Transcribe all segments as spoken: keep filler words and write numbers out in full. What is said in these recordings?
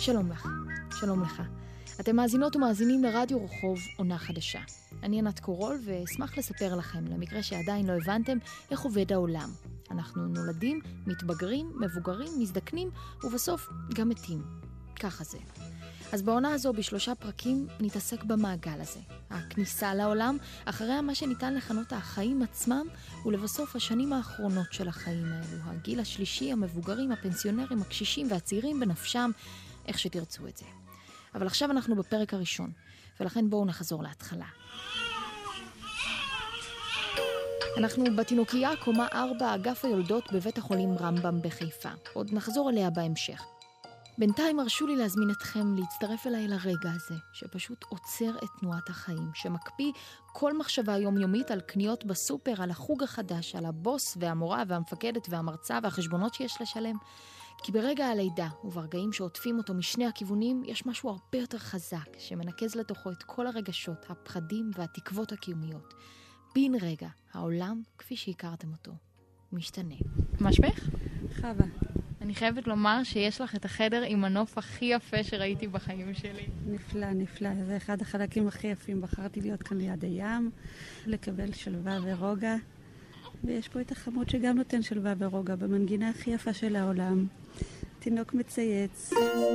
שלום לך, שלום לך. אתם מאזינות ומאזינים לרדיו רחוב עונה חדשה. אני ענת קורול ואשמח לספר לכם, למקרה שעדיין לא הבנתם, איך עובד העולם. אנחנו נולדים, מתבגרים, מבוגרים, מזדקנים ובסוף גם מתים. ככה זה. אז בעונה הזו בשלושה פרקים נתעסק במעגל הזה. הכניסה לעולם, אחריה מה שניתן לכנות החיים עצמם, ולבסוף השנים האחרונות של החיים האלו. הגיל השלישי, המבוגרים, הפנסיונרים, הקשישים והצעירים בנפשם, איך שתרצו את זה. אבל עכשיו אנחנו בפרק הראשון, ולכן בואו נחזור להתחלה. אנחנו בתינוקייה קומה ארבע, אגף היולדות בבית החולים רמב"ם בחיפה. עוד נחזור אליה בהמשך. בינתיים הרשו לי להזמין אתכם להצטרף אליי לרגע הזה, שפשוט עוצר את תנועת החיים, שמקפיא כל מחשבה יומיומית על קניות בסופר, על החוג החדש, על הבוס והמורה והמפקדת והמרצה והחשבונות שיש לשלם. כי ברגע הלידה וברגעים שעוטפים אותו משני הכיוונים, יש משהו הרבה יותר חזק, שמנקז לתוכו את כל הרגשות, הפחדים והתקוות הקיומיות. בין רגע, העולם, כפי שהכרתם אותו, משתנה. מה שמך? חווה. אני חייבת לומר שיש לך את החדר עם הנוף הכי יפה שראיתי בחיים שלי. נפלא, נפלא. זה אחד החלקים הכי יפים. בחרתי להיות כאן ליד הים, לקבל שלווה ורוגע. ויש פה את החמוד שגם נותן שלווה ורוגע, במנגינה הכי יפה של העולם. תינוק מצייץ.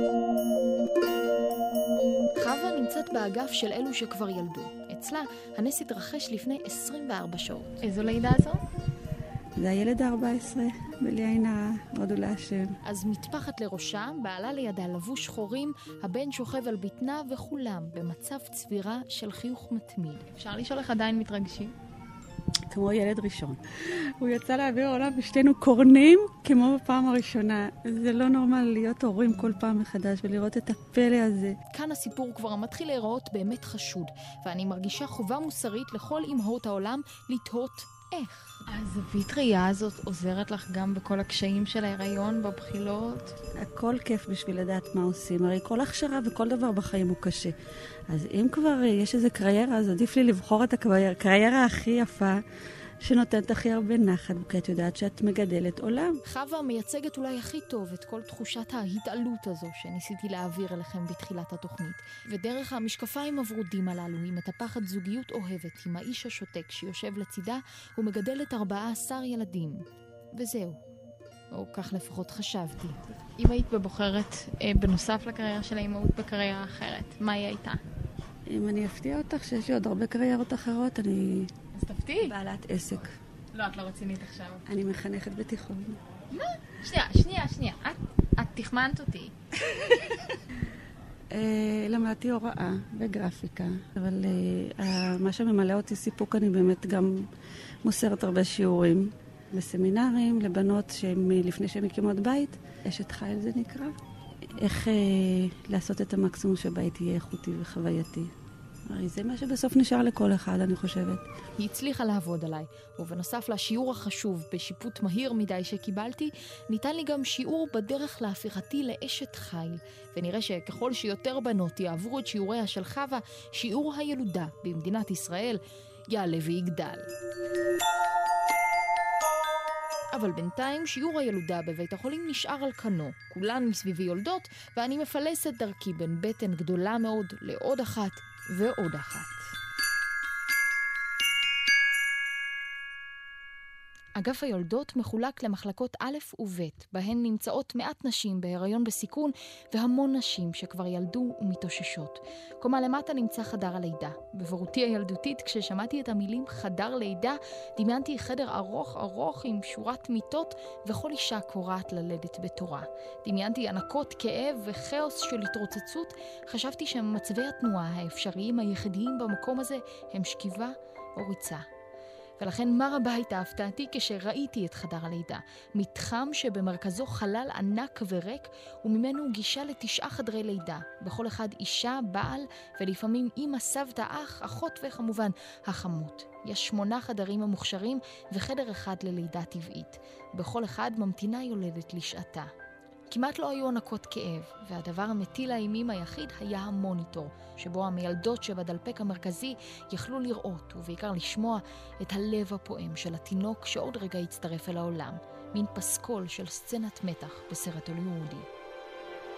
חווה נמצאת באגף של אלו שכבר ילדו. אצלה הנס התרחש לפני עשרים וארבע שעות. איזו לידה זו? זה הילד ה-ארבע עשרה, בלי עין הרע, הודו להשם. אז מטפחת לראשה, בעלה לידה לבוש שחורים, הבן שוכב על בטנה וכולם במצב צבירה של חיוך מתמיד. אפשר לשאול איך עדיין מתרגשים? כמו ילד ראשון. הוא יצא לאוויר העולם ושתינו קורנים כמו בפעם הראשונה. זה לא נורמל להיות הורים כל פעם מחדש ולראות את הפלא הזה. כאן הסיפור כבר מתחיל להיראות באמת חשוד, ואני מרגישה חובה מוסרית לכל אמהות העולם לתהות איך. הזווית ראייה הזאת עוזרת לך גם בכל הקשיים של ההיריון, בבחילות? הכל כיף בשביל לדעת מה עושים. הרי כל הכשרה וכל דבר בחיים הוא קשה. אז אם כבר יש איזה קריירה, אז עדיף לי לבחור את הקריירה הכי יפה, שנותנת הכי הרבה נחת, כי את יודעת שאת מגדלת עולם. חווה מייצגת אולי הכי טוב את כל תחושת ההתעלות הזו שניסיתי להעביר אליכם בתחילת התוכנית. ודרך המשקפיים הוורודים הללו היא מטפחת זוגיות אוהבת עם האיש השותק שיושב לצידה ומגדלת ארבעה עשר ילדים. וזהו. או כך לפחות חשבתי. אם היית בבוחרת אה, בנוסף לקריירה של האימהות בקריירה אחרת, מה היא הייתה? אם אני אפתיע אותך שיש לי עוד הרבה קריירות אחרות, אני... אז תפתיעי. בעלת עסק. לא, את לא רצינית עכשיו. אני מחנכת בתיכון. מה? שנייה, שנייה, שנייה. את, את תחמנת אותי. למדתי הוראה וגרפיקה, אבל מה שממלא אותי סיפוק, אני באמת גם מוסרת הרבה שיעורים בסמינרים לבנות שהם לפני שהם הקימות בית. אשת חיל זה נקרא. איך לעשות את המקסימום שבית יהיה איכותי וחווייתי. הרי זה מה שבסוף נשאר לכל אחד, אני חושבת. היא הצליחה לעבוד עליי, ובנוסף לשיעור החשוב בשיפוט מהיר מדי שקיבלתי, ניתן לי גם שיעור בדרך להפיכתי לאשת חיל. ונראה שככל שיותר בנות יעברו את שיעוריה של חווה, שיעור הילודה במדינת ישראל יעלה ויגדל. אבל בינתיים שיעור הילודה בבית החולים נשאר על כנו. כולן מסביבי יולדות, ואני מפלסת דרכי בין בטן גדולה מאוד לעוד אחת ועוד אחת. אגף היולדות מחולק למחלקות א' וב', בהן נמצאות מעט נשים בהיריון בסיכון, והמון נשים שכבר ילדו ומתאוששות. קומה למטה נמצא חדר הלידה. בבורותי הילדותית, כששמעתי את המילים חדר לידה, דמיינתי חדר ארוך ארוך עם שורת מיטות, וכל אישה קורעת ללדת בתורה. דמיינתי ענקות כאב וכאוס של התרוצצות. חשבתי שמצבי התנועה האפשריים היחידיים במקום הזה הם שכיבה או ריצה. ולכן מה רבה הייתה הפתעתי כשראיתי את חדר הלידה. מתחם שבמרכזו חלל ענק וריק, וממנו גישה לתשעה חדרי לידה. בכל אחד אישה, בעל, ולפעמים אמא, סבתא, אח, אחות וכמובן החמות. יש שמונה חדרים המוכשרים וחדר אחד ללידה טבעית. בכל אחד ממתינה יולדת לשעתה. כמעט לא היו ענקות כאב, והדבר המטיל האימים היחיד היה המוניטור, שבו המילדות שבדלפק המרכזי יכלו לראות, ובעיקר לשמוע, את הלב הפועם של התינוק שעוד רגע יצטרף אל העולם, מין פסקול של סצנת מתח בסרט הוליוודי.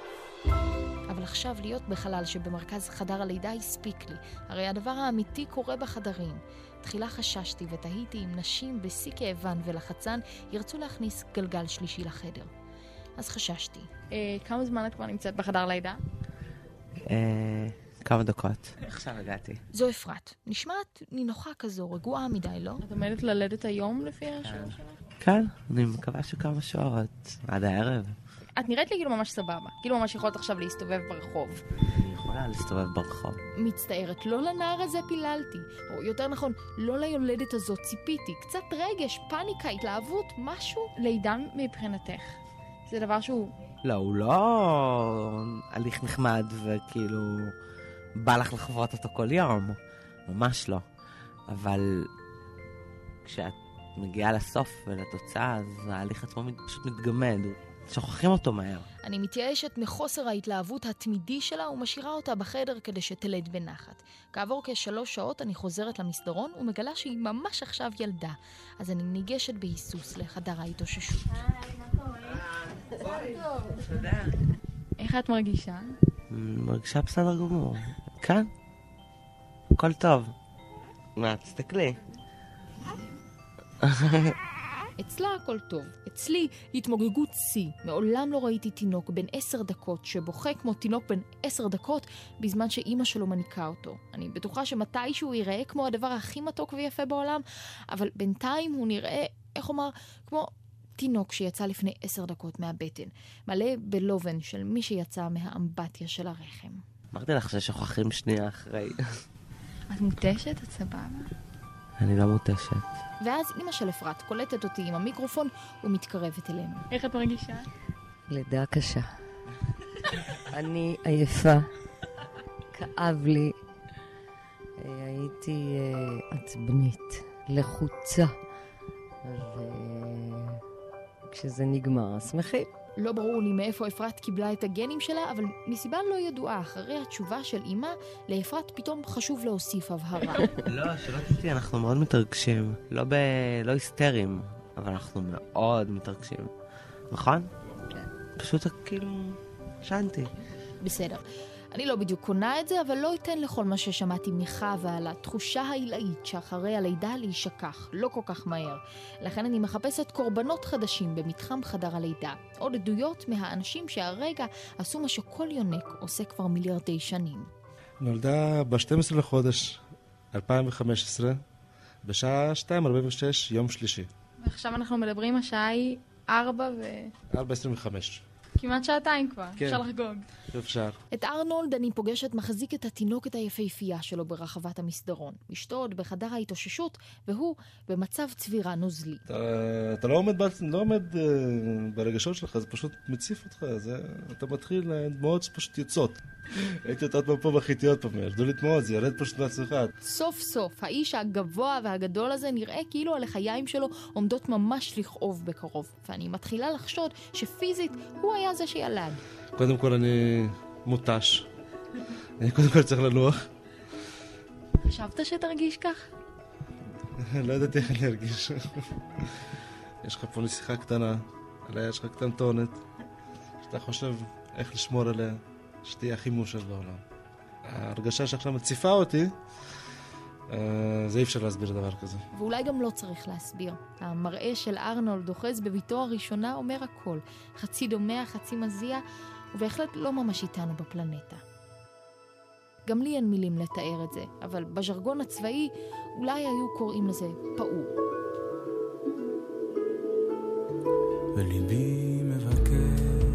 אבל עכשיו להיות בחלל שבמרכז חדר הלידה הספיק לי. הרי הדבר האמיתי קורה בחדרים. תחילה חששתי ותהיתי אם נשים בשיא כאבן ולחצן ירצו להכניס גלגל שלישי לחדר. אז חששתי. אה, כמה זמן את כבר נמצאת בחדר לידה? אה, כמה דקות. עכשיו הגעתי. זו אפרת. נשמעת נינוחה כזו, רגועה מדי, לא? את עומדת ללדת היום לפי השאלה שלך? כן, אני מקווה שכמה שעות. עד הערב. את נראית לי כאילו ממש סבבה. כאילו ממש יכולת עכשיו להסתובב ברחוב. אני יכולה להסתובב ברחוב. מצטערת, לא לנער הזה פיללתי. או יותר נכון, לא ליולדת הזאת ציפיתי. קצת רגש, פאניקה, התלהבות, משהו. לידה מבחינתך. זה דבר שהוא... לא, הוא לא הליך נחמד וכאילו בא לך לחוות אותו כל יום. ממש לא. אבל כשאת מגיעה לסוף ולתוצאה, אז ההליך עצמו פשוט מתגמד. שוכחים אותו מהר. אני מתייאשת מחוסר ההתלהבות התמידי שלה ומשאירה אותה בחדר כדי שתלד בנחת. כעבור כשלוש שעות אני חוזרת למסדרון ומגלה שהיא ממש עכשיו ילדה. אז אני ניגשת בהיסוס לחדר ההתאוששות. היי, מה קורה? תודה. איך את מרגישה? מרגישה בסדר גמור. כן? הכל טוב. מה, תסתכלי. אצלה הכל טוב. אצלי התמוגגות שיא. מעולם לא ראיתי תינוק בן עשר דקות שבוכה כמו תינוק בן עשר דקות בזמן שאימא שלו מניקה אותו. אני בטוחה שמתישהו ייראה כמו הדבר הכי מתוק ויפה בעולם, אבל בינתיים הוא נראה, איך אומר, כמו תינוק שיצא לפני עשר דקות מהבטן. מלא בלובן של מי שיצא מהאמבטיה של הרחם. אמרתי לך ששוכחים שנייה אחרי. את מותשת? את סבבה? אני לא מותשת. ואז אמא של אפרת קולטת אותי עם המיקרופון ומתקרבת אלינו. איך את מרגישה? לידה קשה. אני עייפה. כאב לי. הייתי עצבנית, לחוצה. וכשזה נגמר, שמחים. לא ברור לי מאיפה אפרת קיבלה את הגנים שלה, אבל מסיבה לא ידועה, אחרי התשובה של אמא, לאפרת פתאום חשוב להוסיף הבהרה. לא, שלא תדעי, אנחנו מאוד מתרגשים. לא ב... לא היסטריים, אבל אנחנו מאוד מתרגשים. נכון? כן. פשוט כאילו... שנתי. בסדר. אני לא בדיוק קונה את זה, אבל לא אתן לכל מה ששמעתי מחווה על התחושה העילאית שאחרי הלידה להישכח, לא כל כך מהר. לכן אני מחפשת קורבנות חדשים במתחם חדר הלידה. עוד עדויות מהאנשים שהרגע עשו מה שכל יונק עושה כבר מיליארדי שנים. נולדה ב-שנים עשר לחודש אלפיים וחמש עשרה, בשעה שתיים ארבעים ושש, יום שלישי. ועכשיו אנחנו מדברים, השעה היא ארבע ו... ארבע עשרים וחמש. כמעט שעתיים כבר, כן. אפשר לחגוג. אפשר. את ארנולד אני פוגשת מחזיק את התינוקת היפהפייה שלו ברחבת המסדרון. אשתו עוד בחדר ההתאוששות, והוא במצב צבירה נוזלי. אתה, אתה לא עומד, לא עומד uh, ברגשות שלך, זה פשוט מציף אותך. זה, אתה מתחיל, דמעות שפשוט יוצאות. הייתי אותה עוד פעם פה בכיתי עוד פעם, ירדו לי דמעות, זה ירד פשוט מעצמך. סוף סוף, האיש הגבוה והגדול הזה נראה כאילו הלחיים שלו עומדות ממש לכאוב בקרוב. ואני מתחילה לחשוד שפיזית הוא היה זה שילד. קודם כל אני מותש. אני קודם כל צריך לנוח. חשבת שתרגיש כך? לא ידעתי איך אני ארגיש. יש לך פה נסיכה קטנה, עליה יש לך קטנטונת, שאתה חושב איך לשמור עליה, שתהיה הכי מאושרת בעולם. ההרגשה שעכשיו מציפה אותי, זה אי אפשר להסביר דבר כזה. ואולי גם לא צריך להסביר. המראה של ארנולד אוחז בביתו הראשונה אומר הכל. חצי דומה, חצי מזיע, ובהחלט לא ממש איתנו בפלנטה. גם לי אין מילים לתאר את זה, אבל בז'רגון הצבאי אולי היו קוראים לזה פעור. וליבי מבקש,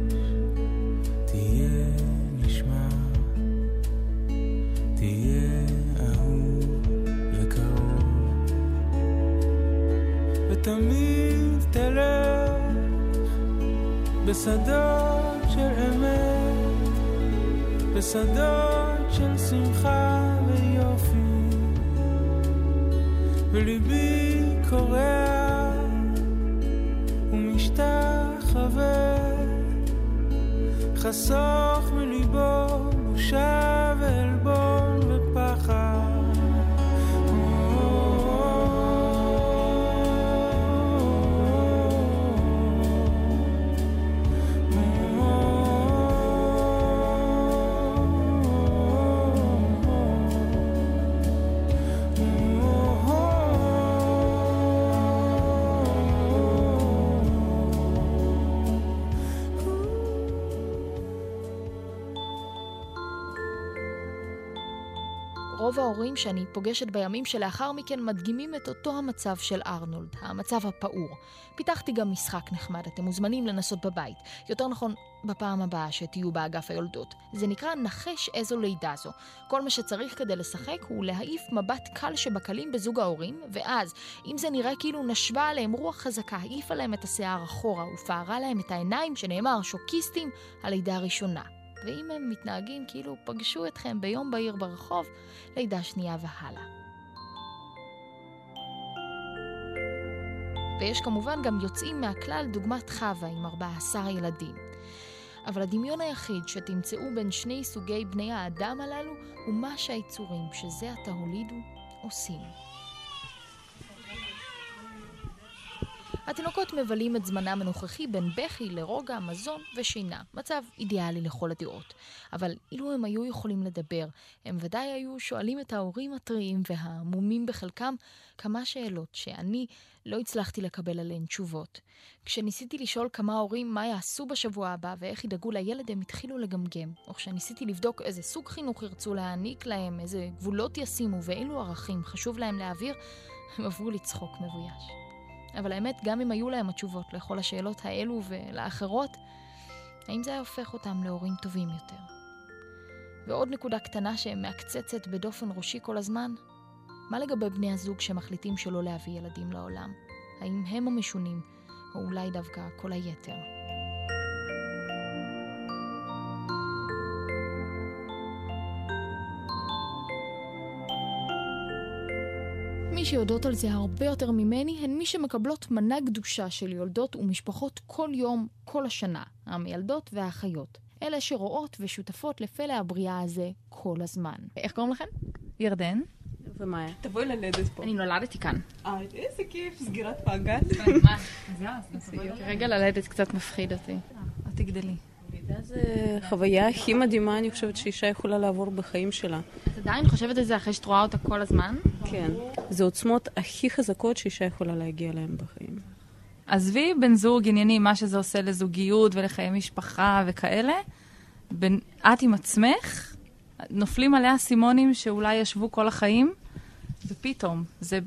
תהיה נשמע, תהיה אהוב וקרוב, ותמיד תלך בשדות של אמת, בשדות של שמחה ויופי, וליבי קורע ומשתחווה, חסוך מליבו בושה ועלבון ופחד. רוב ההורים שאני פוגשת בימים שלאחר מכן מדגימים את אותו המצב של ארנולד, המצב הפעור. פיתחתי גם משחק נחמד, אתם מוזמנים לנסות בבית. יותר נכון, בפעם הבאה שתהיו באגף היולדות. זה נקרא נחש איזו לידה זו. כל מה שצריך כדי לשחק הוא להעיף מבט קל שבקלים בזוג ההורים, ואז, אם זה נראה כאילו נשבה עליהם רוח חזקה, העיפה להם את השיער אחורה ופערה להם את העיניים, שנאמר שוקיסטים, הלידה הראשונה. ואם הם מתנהגים כאילו פגשו אתכם ביום בהיר ברחוב, לידה שנייה והלאה. ויש כמובן גם יוצאים מהכלל דוגמת חווה עם ארבעה עשר ילדים. אבל הדמיון היחיד שתמצאו בין שני סוגי בני האדם הללו הוא מה שהיצורים שזה עתה הולידו עושים. התינוקות מבלים את זמנם הנוכחי בין בכי לרוגע, מזון ושינה. מצב אידיאלי לכל הדעות. אבל אילו הם היו יכולים לדבר, הם ודאי היו שואלים את ההורים הטריים והמומים בחלקם כמה שאלות שאני לא הצלחתי לקבל עליהן תשובות. כשניסיתי לשאול כמה הורים מה יעשו בשבוע הבא ואיך ידאגו לילד, הם התחילו לגמגם. או כשניסיתי לבדוק איזה סוג חינוך ירצו להעניק להם, איזה גבולות ישימו ואילו ערכים חשוב להם להעביר, הם עברו לצחוק מבויש. אבל האמת, גם אם היו להם התשובות לכל השאלות האלו ולאחרות, האם זה היה הופך אותם להורים טובים יותר? ועוד נקודה קטנה שמעקצצת בדופן ראשי כל הזמן, מה לגבי בני הזוג שמחליטים שלא להביא ילדים לעולם? האם הם המשונים, או אולי דווקא כל היתר? מי שיודעות על זה הרבה יותר ממני הן מי שמקבלות מנה קדושה של יולדות ומשפחות כל יום, כל השנה, המילדות והאחיות. אלה שרואות ושותפות לפלא הבריאה הזה כל הזמן. איך קוראים לכן? ירדן. ומאיה. תבואי ללדת פה. אני נולדתי כאן. אה, איזה כיף, סגירת מעגל. רגע ללדת קצת מפחיד אותי. את תגדלי. לידה זה חוויה הכי מדהימה, אני חושבת שאישה יכולה לעבור בחיים שלה. את עדיין חושבת את זה אחרי שאת רואה אותה כל הזמן? כן. זה עוצמות הכי חזקות שאישה יכולה להגיע להן בחיים. עזבי בן זוג ענייני, מה שזה עושה לזוגיות ולחיי משפחה וכאלה, בין, את עם עצמך, נופלים עליה סימונים שאולי ישבו כל החיים, ופתאום, זה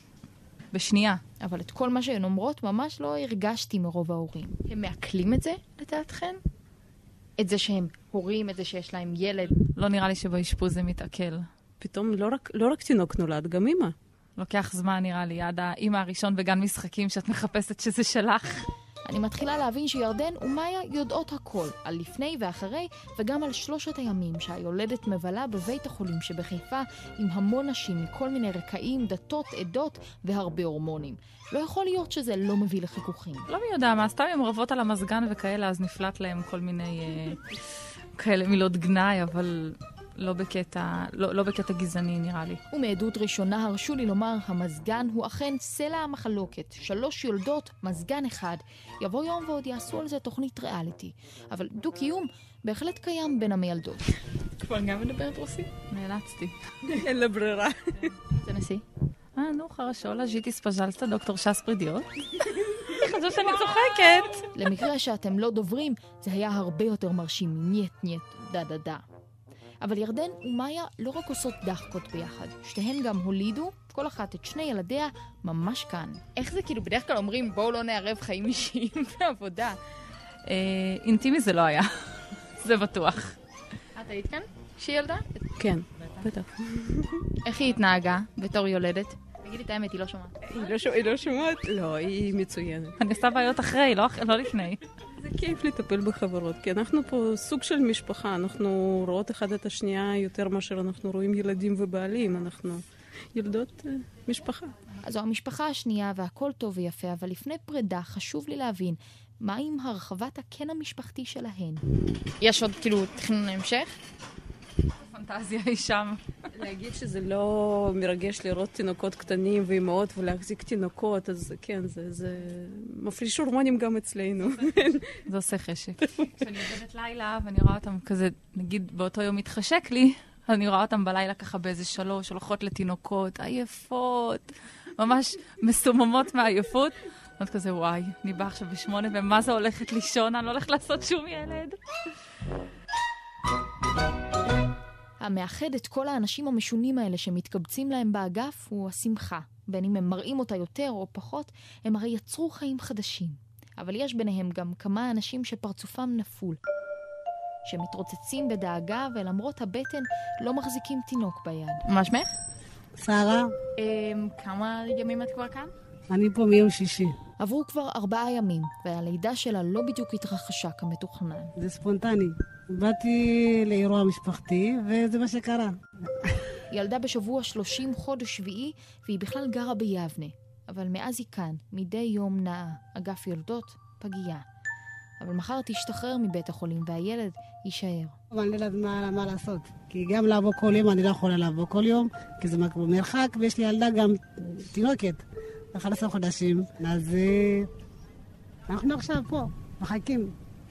בשנייה. אבל את כל מה שהן אומרות ממש לא הרגשתי מרוב ההורים. הם מעכלים את זה, לדעתכן? את זה שהם הורים, את זה שיש להם ילד? לא נראה לי שבאשפוז זה מתעכל. פתאום לא רק, לא רק תינוק נולד, גם אמא. לוקח זמן נראה לי, עד האמא הראשון בגן משחקים שאת מחפשת שזה שלך. אני מתחילה להבין שירדן ומאיה יודעות הכל, על לפני ואחרי, וגם על שלושת הימים שהיולדת מבלה בבית החולים שבחיפה, עם המון נשים מכל מיני רקעים, דתות, עדות והרבה הורמונים. לא יכול להיות שזה לא מביא לחיכוכים. לא מי יודע מה, סתם הם רבות על המזגן וכאלה, אז נפלט להם כל מיני אה, כאלה מילות גנאי, אבל לא בקטע, לא, לא בקטע גזעני נראה לי. ומעדות ראשונה הרשו לי לומר, המזגן הוא אכן סלע המחלוקת. שלוש יולדות, מזגן אחד. יבוא יום ועוד יעשו על זה תוכנית ריאליטי. אבל דו-קיום בהחלט קיים בין המילדות. כבר גם מדברת רוסית? נאלצתי. אין לה ברירה. תנסי. אה, נו, חרשו, לז'יטיס פז'לסטה, דוקטור שס פרידיוט. חשוב שאני צוחקת. למקרה שאתם לא דוברים, זה היה הרבה יותר מרשים. נייט, נייט, דה, דה, דה. אבל ירדן ומאיה לא רק עושות דחקות ביחד, שתיהן גם הולידו, כל אחת את שני ילדיה, ממש כאן. איך זה כאילו, בדרך כלל אומרים, בואו לא נערב חיים אישיים בעבודה. אינטימי זה לא היה, זה בטוח. את היית כאן? שהיא ילדה? כן, בטח. איך היא התנהגה בתור יולדת? תגידי את האמת, היא לא שומעת. היא לא שומעת? לא, היא מצוינת. אני עושה בעיות אחרי, לא לפני. זה כיף לטפל בחברות, כי אנחנו פה סוג של משפחה, אנחנו רואות אחד את השנייה יותר מאשר אנחנו רואים ילדים ובעלים, אנחנו ילדות uh, משפחה. אז זו המשפחה השנייה והכל טוב ויפה, אבל לפני פרידה חשוב לי להבין, מה עם הרחבת הקן המשפחתי שלהן? יש עוד כאילו תכנון המשך? הפנטזיה היא שם. להגיד שזה לא מרגש לראות תינוקות קטנים ואימהות ולהחזיק תינוקות, אז כן, זה, זה מפריש הורמונים גם אצלנו. זה עושה חשק. כשאני עובדת לילה ואני רואה אותם כזה, נגיד באותו יום מתחשק לי, אני רואה אותם בלילה ככה באיזה שלוש, הולכות לתינוקות, עייפות, ממש מסוממות מהעייפות. עוד כזה, וואי, אני באה עכשיו בשמונה, ומה זה הולכת לישון? אני לא הולכת לעשות שום ילד. המאחד את כל האנשים המשונים האלה שמתקבצים להם באגף הוא השמחה. בין אם הם מראים אותה יותר או פחות, הם הרי יצרו חיים חדשים. אבל יש ביניהם גם כמה אנשים שפרצופם נפול, שמתרוצצים בדאגה ולמרות הבטן לא מחזיקים תינוק ביד. מה שמך? שרה. כמה ימים את כבר כאן? אני פה מיום שישי. עברו כבר ארבעה ימים, והלידה שלה לא בדיוק התרחשה כמתוכנן. זה ספונטני. באתי לאירוע משפחתי, וזה מה שקרה. ילדה בשבוע שלושים חודש שביעי, והיא בכלל גרה ביבנה. אבל מאז היא כאן, מדי יום נעה, אגף יולדות, פגיעה. אבל מחר תשתחרר מבית החולים, והילד יישאר. אני לא יודעת מה, מה לעשות. כי גם לעבור כל יום, אני לא יכולה לעבור כל יום, כי זה מרחק, ויש לי ילדה גם תינוקת, אחד עשר חודשים. אז אנחנו עכשיו פה, מחכים.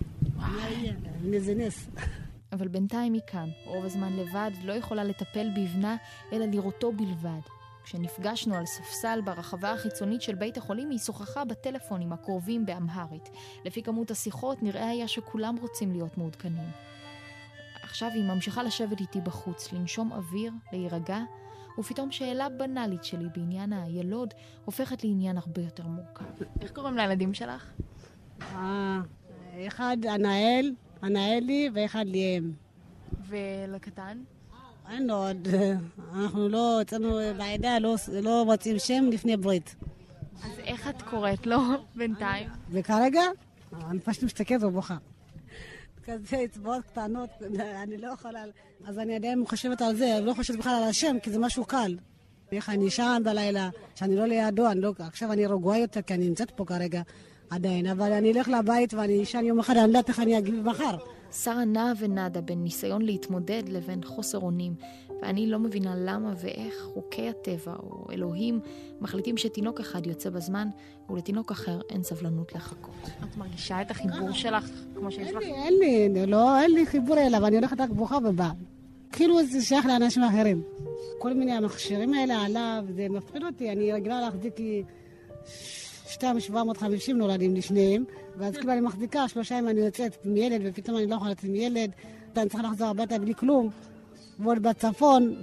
איזה נס. אבל בינתיים היא כאן, רוב הזמן לבד, לא יכולה לטפל בבנה, אלא לראותו בלבד. כשנפגשנו על ספסל ברחבה החיצונית של בית החולים, היא שוחחה בטלפון עם הקרובים באמהרית. לפי כמות השיחות נראה היה שכולם רוצים להיות מעודכנים. עכשיו היא ממשיכה לשבת איתי בחוץ, לנשום אוויר, להירגע, ופתאום שאלה בנאלית שלי בעניין הילוד הופכת לעניין הרבה יותר מורכב. איך קוראים לילדים שלך? אה, אחד ענאל, ענאלי ואחד ליאם. ולקטן? אין עוד, אנחנו לא, אצלנו בעדה לא, לא מוצאים שם לפני ברית. אז איך את קוראת לו בינתיים? וכרגע, אני פשוט מסתכלת ובוכה. כזה אצבעות קטנות, אני לא יכולה, אז אני עדיין חושבת על זה, אני לא חושבת בכלל על השם, כי זה משהו קל. איך אני אשן בלילה, שאני לא לידו, אני לא, עכשיו אני רגועה יותר, כי אני נמצאת פה כרגע עדיין, אבל אני אלך לבית ואני אשן יום אחד, אני לא יודעת איך אני אגיב מחר. שרה נעה ונדה בין ניסיון להתמודד לבין חוסר אונים, ואני לא מבינה למה ואיך חוקי הטבע או אלוהים מחליטים שתינוק אחד יוצא בזמן ולתינוק אחר אין סבלנות לחכות. את מרגישה את החיבור שלך כמו שיש לך? אין לי, אין לי, לא, אין לי חיבור אליו, אני הולכת רק בוכה ובאה. כאילו זה שייך לאנשים אחרים. כל מיני המכשירים האלה עליו, זה מפחיד אותי, אני רגילה להחזיק לי שתיים שבע מאות וחמישים נולדים לשניהם, ואז כאילו אני מחזיקה, שלושה ימים אני יוצאת עם ילד, ופתאום אני לא יכולה לצאת עם ילד, אני צריכה לחזור הביתה בלי כלום, ועוד בצפון.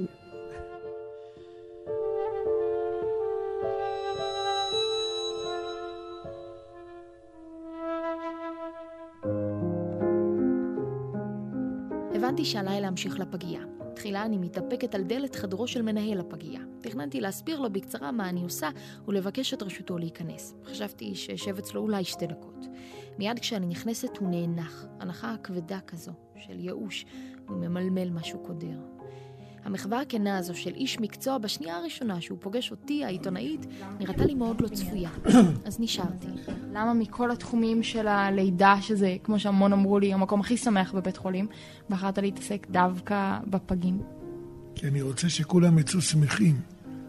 הבנתי שעליי להמשיך לפגייה. תחילה אני מתאפקת על דלת חדרו של מנהל הפגייה. תכננתי להסביר לו בקצרה מה אני עושה ולבקש את רשותו להיכנס. חשבתי שישב אצלו אולי שתי דקות. מיד כשאני נכנסת הוא נאנח, הנחה כבדה כזו של ייאוש, הוא ממלמל משהו קודר. המחווה הכנה הזו של איש מקצוע בשנייה הראשונה שהוא פוגש אותי, העיתונאית, נראתה לי מאוד לא צפויה. אז נשארתי. למה מכל התחומים של הלידה, שזה, כמו שהמון אמרו לי, המקום הכי שמח בבית חולים, בחרת להתעסק דווקא בפגים? כי אני רוצה שכולם יצאו שמחים.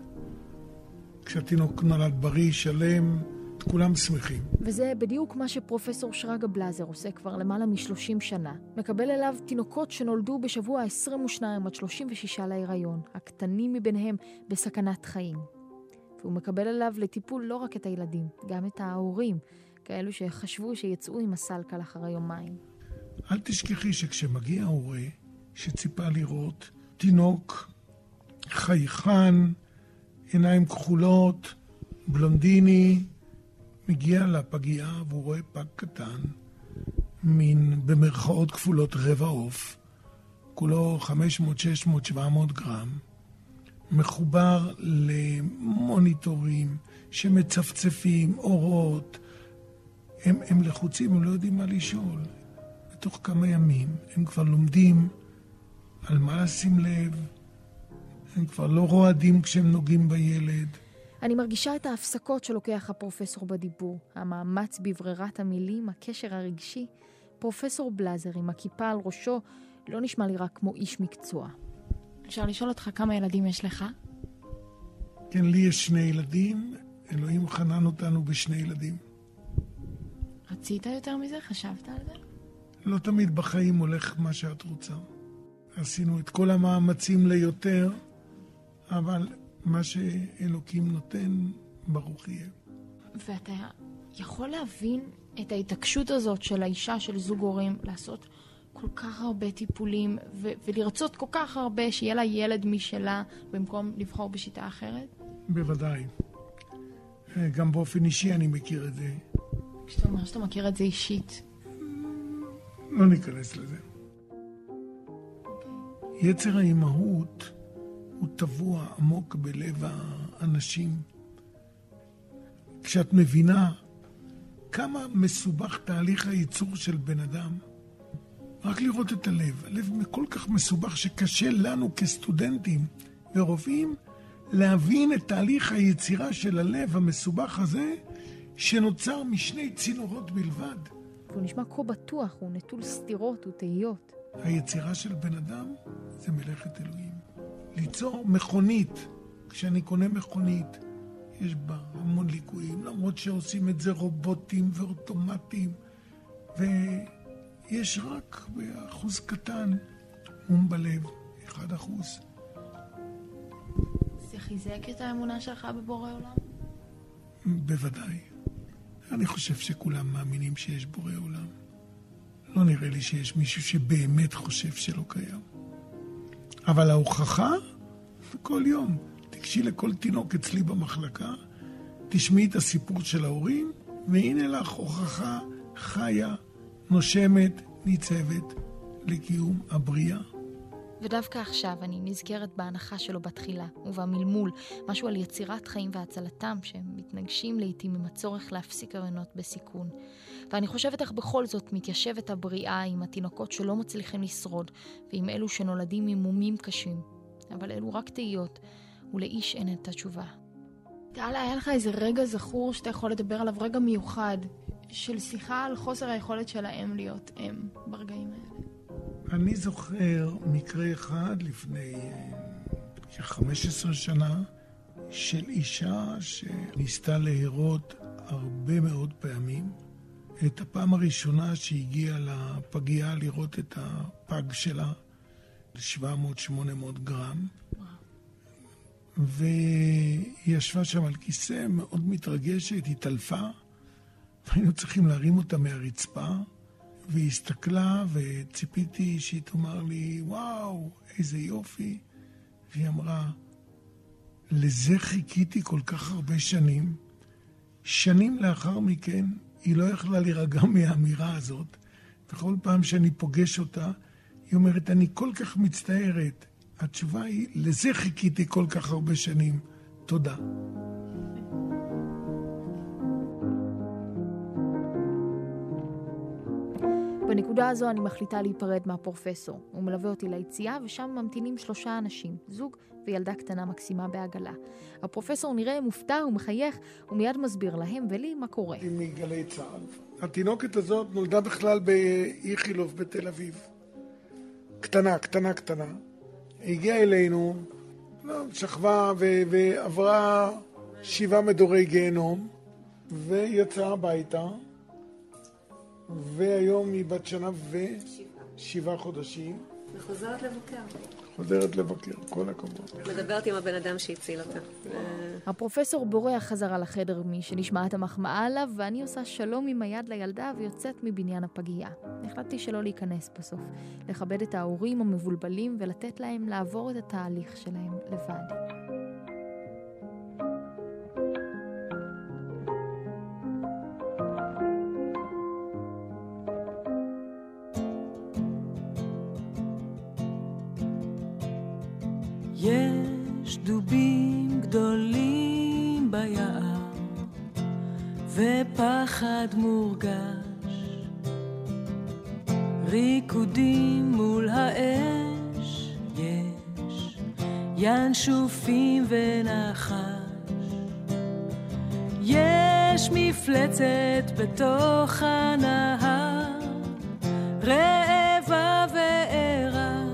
כשהתינוק נולד בריא, שלם, כולם שמחים. וזה בדיוק מה שפרופסור שרגא בלזר עושה כבר למעלה מ-שלושים שנה. מקבל אליו תינוקות שנולדו בשבוע ה-עשרים ושתיים עד שלושים ושש להיריון, הקטנים מביניהם בסכנת חיים. והוא מקבל אליו לטיפול לא רק את הילדים, גם את ההורים, כאלו שחשבו שיצאו עם הסלקל אחרי יומיים. אל תשכחי שכשמגיע ההורה שציפה לראות תינוק חייכן, עיניים כחולות, בלונדיני, מגיע לפגיעה והוא רואה פג קטן, מין במרכאות כפולות רבע עוף, כולו חמש מאות, שש מאות, שבע מאות גרם, מחובר למוניטורים שמצפצפים, אורות, הם, הם לחוצים, הם לא יודעים מה לשאול. בתוך כמה ימים הם כבר לומדים על מה לשים לב, הם כבר לא רועדים כשהם נוגעים בילד. אני מרגישה את ההפסקות שלוקח הפרופסור בדיבור, המאמץ בברירת המילים, הקשר הרגשי. פרופסור בלזר עם הכיפה על ראשו לא נשמע לי רק כמו איש מקצוע. אפשר לשאול אותך כמה ילדים יש לך? כן, לי יש שני ילדים, אלוהים חנן אותנו בשני ילדים. רצית יותר מזה? חשבת על זה? לא תמיד בחיים הולך מה שאת רוצה. עשינו את כל המאמצים ליותר, אבל מה שאלוקים נותן, ברוך יהיה. ואתה יכול להבין את ההתעקשות הזאת של האישה, של זוג הורים, לעשות כל כך הרבה טיפולים, ו- ולרצות כל כך הרבה שיהיה לה ילד משלה, במקום לבחור בשיטה אחרת? בוודאי. גם באופן אישי אני מכיר את זה. כשאתה אומר שאתה מכיר את זה אישית. לא ניכנס לזה. Okay. יצר האימהות הוא טבוע עמוק בלב האנשים. כשאת מבינה כמה מסובך תהליך הייצור של בן אדם, רק לראות את הלב. הלב כל כך מסובך שקשה לנו כסטודנטים ורופאים להבין את תהליך היצירה של הלב המסובך הזה, שנוצר משני צינורות בלבד. הוא נשמע כה בטוח, הוא נטול סתירות ותהיות. היצירה של בן אדם זה מלאכת אלוהים. ליצור מכונית, כשאני קונה מכונית, יש בה המון ליקויים, למרות שעושים את זה רובוטים ואוטומטים, ויש רק באחוז קטן, מום בלב, אחד אחוז. זה חיזק את האמונה שלך בבורא עולם? בוודאי. אני חושב שכולם מאמינים שיש בורא עולם. לא נראה לי שיש מישהו שבאמת חושב שלא קיים. אבל ההוכחה, כל יום, תקשי לכל תינוק אצלי במחלקה, תשמעי את הסיפור של ההורים, והנה לך הוכחה חיה, נושמת, ניצבת לקיום הבריאה. ודווקא עכשיו אני נזכרת בהנחה שלו בתחילה, ובמלמול, משהו על יצירת חיים והצלתם, שהם מתנגשים לעתים עם הצורך להפסיק הריונות בסיכון. ואני חושבת איך בכל זאת מתיישבת הבריאה עם התינוקות שלא מצליחים לשרוד, ועם אלו שנולדים עם מומים קשים. אבל אלו רק תהיות, ולאיש אין את התשובה. תעלה, היה לך איזה רגע זכור שאתה יכול לדבר עליו, רגע מיוחד, של שיחה על חוסר היכולת של האם להיות אם ברגעים האלה. אני זוכר מקרה אחד לפני כ-חמש עשרה שנה של אישה שניסתה להירות הרבה מאוד פעמים. את הפעם הראשונה שהגיעה לפגייה לראות את הפג שלה, שבע מאות שמונה מאות גרם. והיא ישבה שם על כיסא מאוד מתרגשת, היא טלפה, והיינו צריכים להרים אותה מהרצפה. והיא הסתכלה וציפיתי שהיא תאמר לי, וואו, איזה יופי. והיא אמרה, לזה חיכיתי כל כך הרבה שנים. שנים לאחר מכן, היא לא יכלה להירגע מהאמירה הזאת. וכל פעם שאני פוגש אותה, היא אומרת, אני כל כך מצטערת. התשובה היא, לזה חיכיתי כל כך הרבה שנים. תודה. בנקודה הזו אני מחליטה להיפרד מהפרופסור. הוא מלווה אותי ליציאה, ושם ממתינים שלושה אנשים, זוג וילדה קטנה מקסימה בעגלה. הפרופסור נראה מופתע ומחייך, ומיד מסביר להם ולי מה קורה. היא מגלי צה"ל. התינוקת הזאת נולדה בכלל באיכילוב בתל אביב. קטנה, קטנה, קטנה. הגיעה אלינו, שכבה ו- ועברה שבעה מדורי גיהנום, ויצאה הביתה. והיום היא בת שנה ושבעה חודשים. וחוזרת לבקר. חוזרת לבקר, כל הכבוד. מדברת עם הבן אדם שהציל אותה. הפרופסור בורח חזרה לחדר משנשמעת המחמאה עליו, ואני עושה שלום עם היד לילדה ויוצאת מבניין הפגייה. החלטתי שלא להיכנס בסוף, לכבד את ההורים המבולבלים ולתת להם לעבור את התהליך שלהם לבד. יש דובים גדולים ביער ופחד מורגש, ריקודים מול האש, יש ינשופים ונחש, יש מפלצת בתוך הנהר, רעבה וערה,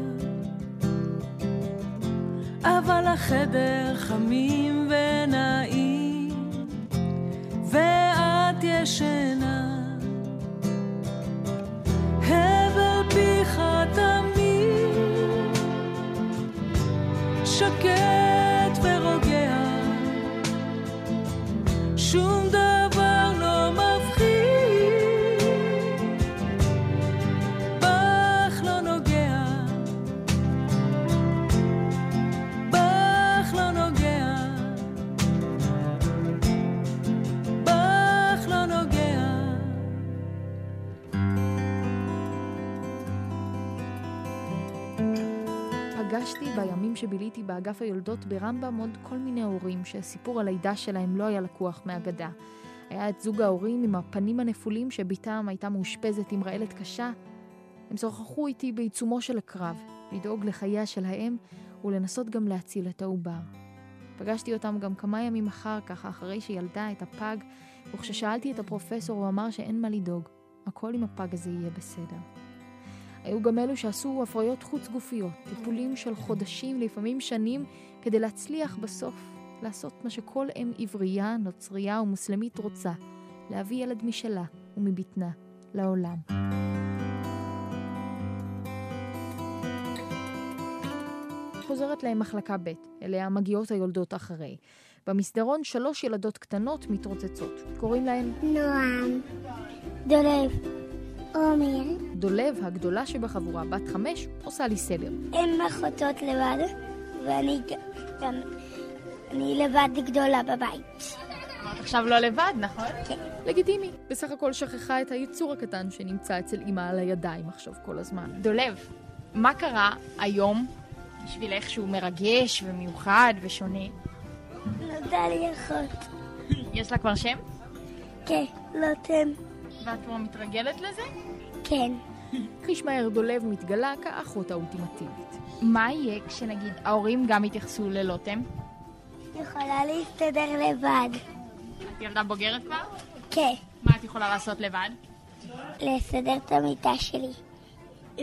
אבל החדר חמים ונעים, ואת ישנה, הבל פיך תמיד, שקט ורוגע, שום דבר לא מפחיד, בחיים פגשתי בימים שביליתי באגף היולדות ברמב"ם עוד כל מיני הורים שסיפור הלידה שלהם לא היה לקוח מהגדה. היה את זוג ההורים עם הפנים הנפולים שביתם הייתה מאושפזת עם רעלת קשה. הם שוחחו איתי בעיצומו של הקרב, לדאוג לחייה של האם ולנסות גם להציל את העובר. פגשתי אותם גם כמה ימים אחר כך, אחרי שילדה את הפג, וכששאלתי את הפרופסור הוא אמר שאין מה לדאוג, הכל עם הפג הזה יהיה בסדר. היו גם אלו שעשו הפריות חוץ גופיות, טיפולים של חודשים, לפעמים שנים, כדי להצליח בסוף לעשות מה שכל אם עברייה, נוצרייה ומוסלמית רוצה, להביא ילד משלה ומבטנה לעולם. חוזרת להם מחלקה ב', אליה מגיעות היולדות אחרי. במסדרון שלוש ילדות קטנות מתרוצצות. קוראים להן נועם, דולב, עומר. דולב, הגדולה שבחבורה, בת חמש, עושה לי סדר. הן מחוצות לבד, ואני גם, אני לבד גדולה בבית. אמרת עכשיו לא לבד, נכון? כן. לגיטימי. בסך הכל שכחה את היצור הקטן שנמצא אצל אמא על הידיים עכשיו כל הזמן. דולב, מה קרה היום בשבילך שהוא מרגש ומיוחד ושונה? נולדה לי אחות. יש לה כבר שם? כן, לוטם. ואת כבר מתרגלת לזה? כן. חיש מהר דולב מתגלה כאחות האולטימטיבית. מה יהיה כשנגיד ההורים גם יתייחסו ללוטם? יכולה להסתדר לבד. את ילדה בוגרת כבר? כן. מה את יכולה לעשות לבד? לסדר את המיטה שלי. ו...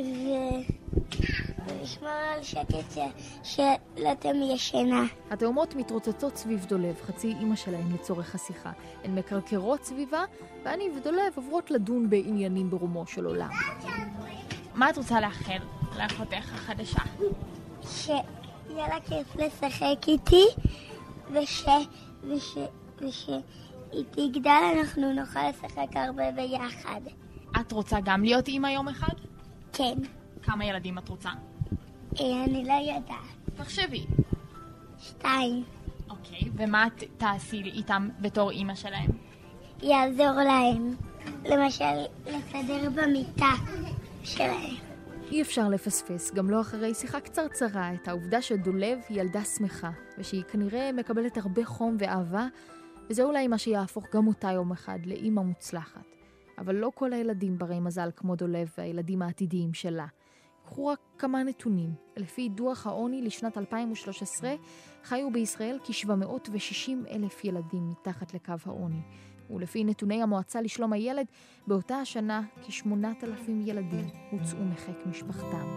ולשמור על שקט שלוטם ישנה. התאומות מתרוצצות סביב דולב, חצי אמא שלהם לצורך השיחה. הן מקרקרות סביבה, ואני ודולב עוברות לדון בעניינים ברומו של עולם. מה את רוצה לאחל לאחותך החדשה? שיהיה לה כיף לשחק איתי, וש... וש... ושהיא תגדל אנחנו נוכל לשחק הרבה ביחד. את רוצה גם להיות אמא יום אחד? כן. כמה ילדים את רוצה? אני לא יודעת. תחשבי. שתיים. אוקיי, ומה את תעשי איתם בתור אמא שלהם? יעזור להם. למשל, לסדר במיטה שלהם. אי אפשר לפספס, גם לא אחרי שיחה קצרצרה, את העובדה שדולב היא ילדה שמחה, ושהיא כנראה מקבלת הרבה חום ואהבה, וזה אולי מה שיהפוך גם אותה יום אחד לאמא מוצלחת. אבל לא כל הילדים ברי מזל כמו דולב והילדים העתידיים שלה. קחו רק כמה נתונים. לפי דוח העוני לשנת אלפיים ושלוש עשרה, חיו בישראל כ-שבע מאות ושישים אלף ילדים מתחת לקו העוני. ולפי נתוני המועצה לשלום הילד, באותה השנה כ-שמונת אלפים ילדים הוצאו מחיק משפחתם.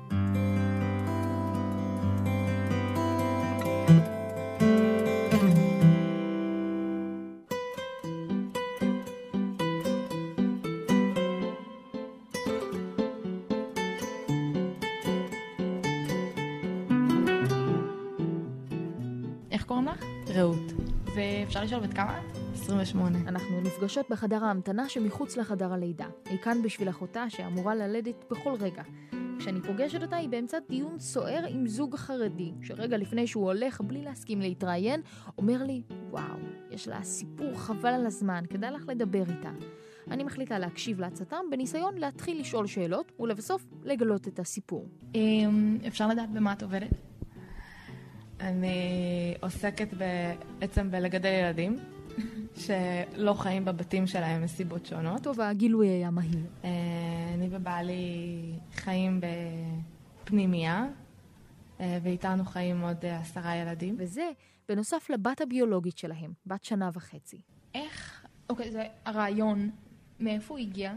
איך קוראים לך? רעות. ואפשר לשאול בת כמה? עשרים ושמונה. אנחנו נפגשות בחדר ההמתנה שמחוץ לחדר הלידה. היא כאן בשביל אחותה שאמורה ללדת בכל רגע. כשאני פוגשת אותה היא באמצע דיון סוער עם זוג חרדי, שרגע לפני שהוא הולך בלי להסכים להתראיין, אומר לי, וואו, יש לה סיפור חבל על הזמן, כדאי לך לדבר איתה. אני מחליטה להקשיב להצעתם בניסיון להתחיל לשאול שאלות ולבסוף לגלות את הסיפור. אפשר לדעת במה את עובדת? אני עוסקת בעצם בלגדל ילדים שלא חיים בבתים שלהם מסיבות שונות. טוב, הגילוי היה מהיר. אני ובעלי חיים בפנימיה, ואיתנו חיים עוד עשרה ילדים. וזה בנוסף לבת הביולוגית שלהם, בת שנה וחצי. איך? אוקיי, זה הרעיון. מאיפה הוא הגיע?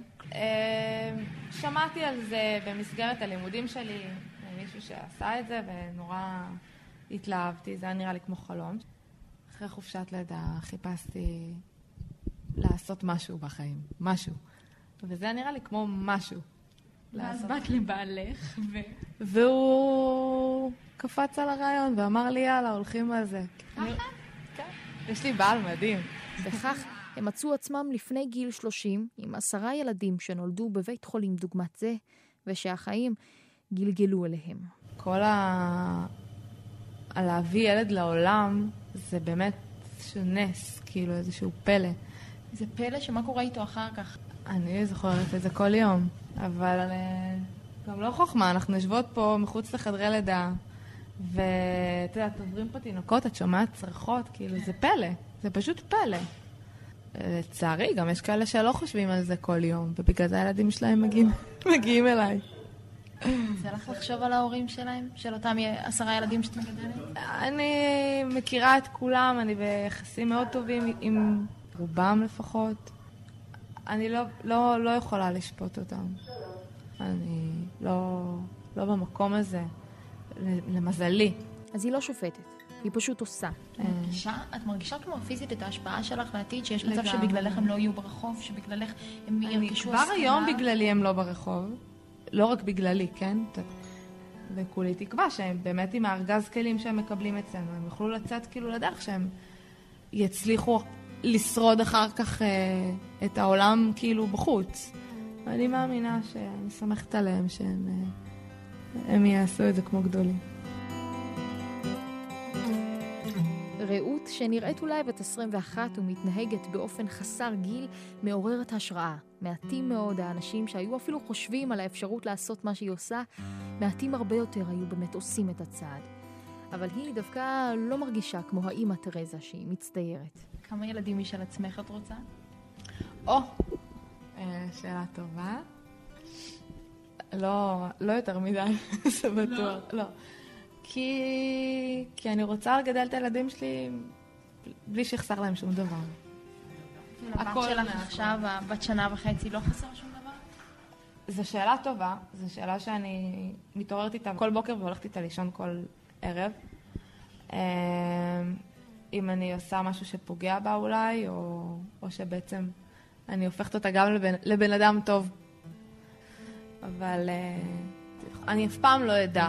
שמעתי על זה במסגרת הלימודים שלי, מישהו שעשה את זה ונורא התלהבתי, זה היה נראה לי כמו חלום. אחרי חופשת לידה חיפשתי לעשות משהו בחיים, משהו. וזה היה נראה לי כמו משהו. ואז באת לבעלך ו... והוא קפץ על הרעיון ואמר לי יאללה, הולכים על זה. ככה? כן. יש לי בעל מדהים. בכך הם מצאו עצמם לפני גיל שלושים עם עשרה ילדים שנולדו בבית חולים דוגמת זה, ושהחיים גלגלו אליהם. כל ה... על להביא ילד לעולם זה באמת איזשהו נס, כאילו איזשהו פלא. זה פלא שמה קורה איתו אחר כך? אני זוכרת את זה כל יום, אבל גם לא חוכמה, אנחנו יושבות פה מחוץ לחדרי לידה, ואת יודעת, עוברים פה תינוקות, את שומעת צרחות, כאילו זה פלא, זה פשוט פלא. לצערי, גם יש כאלה שלא חושבים על זה כל יום, ובגלל זה הילדים שלהם מגיעים, מגיעים אליי. זה לך לחשוב על ההורים שלהם? של אותם עשרה ילדים שאת מגדלת? אני מכירה את כולם, אני ביחסים מאוד טובים עם רובם לפחות. אני לא, לא, לא יכולה לשפוט אותם. אני לא, לא במקום הזה, למזלי. אז היא לא שופטת, היא פשוט עושה. את מרגישה, את מרגישה כמו פיזית את ההשפעה שלך לעתיד, שיש מצב שבגללך הם לא יהיו ברחוב, שבגללך הם ירגישו הסכנה? כבר היום בגללי הם לא ברחוב, לא רק בגללי, כן? וכולי תקווה שהם באמת עם הארגז כלים שהם מקבלים אצלנו, הם יוכלו לצאת כאילו לדרך שהם יצליחו לשרוד אחר כך אה, את העולם כאילו בחוץ. אני מאמינה שאני סומכת עליהם שהם אה, הם יעשו את זה כמו גדולים. רעות, שנראית אולי בת עשרים ואחת ומתנהגת באופן חסר גיל, מעוררת השראה. מעטים מאוד האנשים שהיו אפילו חושבים על האפשרות לעשות מה שהיא עושה, מעטים הרבה יותר היו באמת עושים את הצעד. אבל היא דווקא לא מרגישה כמו האמא תרזה שהיא מצטיירת. כמה ילדים משל עצמך את רוצה? או, שאלה טובה. לא, לא יותר מדי, זה בטוח. לא. כי, כי אני רוצה לגדל את הילדים שלי בלי שיחסר להם שום דבר. הבת שלך עכשיו, בת שנה וחצי, לא חסר שום דבר? זו שאלה טובה, זו שאלה שאני מתעוררת איתה כל בוקר והולכת איתה לישון כל ערב. אם אני עושה משהו שפוגע בה אולי, או, או שבעצם אני הופכת אותה גם לבן, לבן אדם טוב. אבל אני אף פעם לא אדע.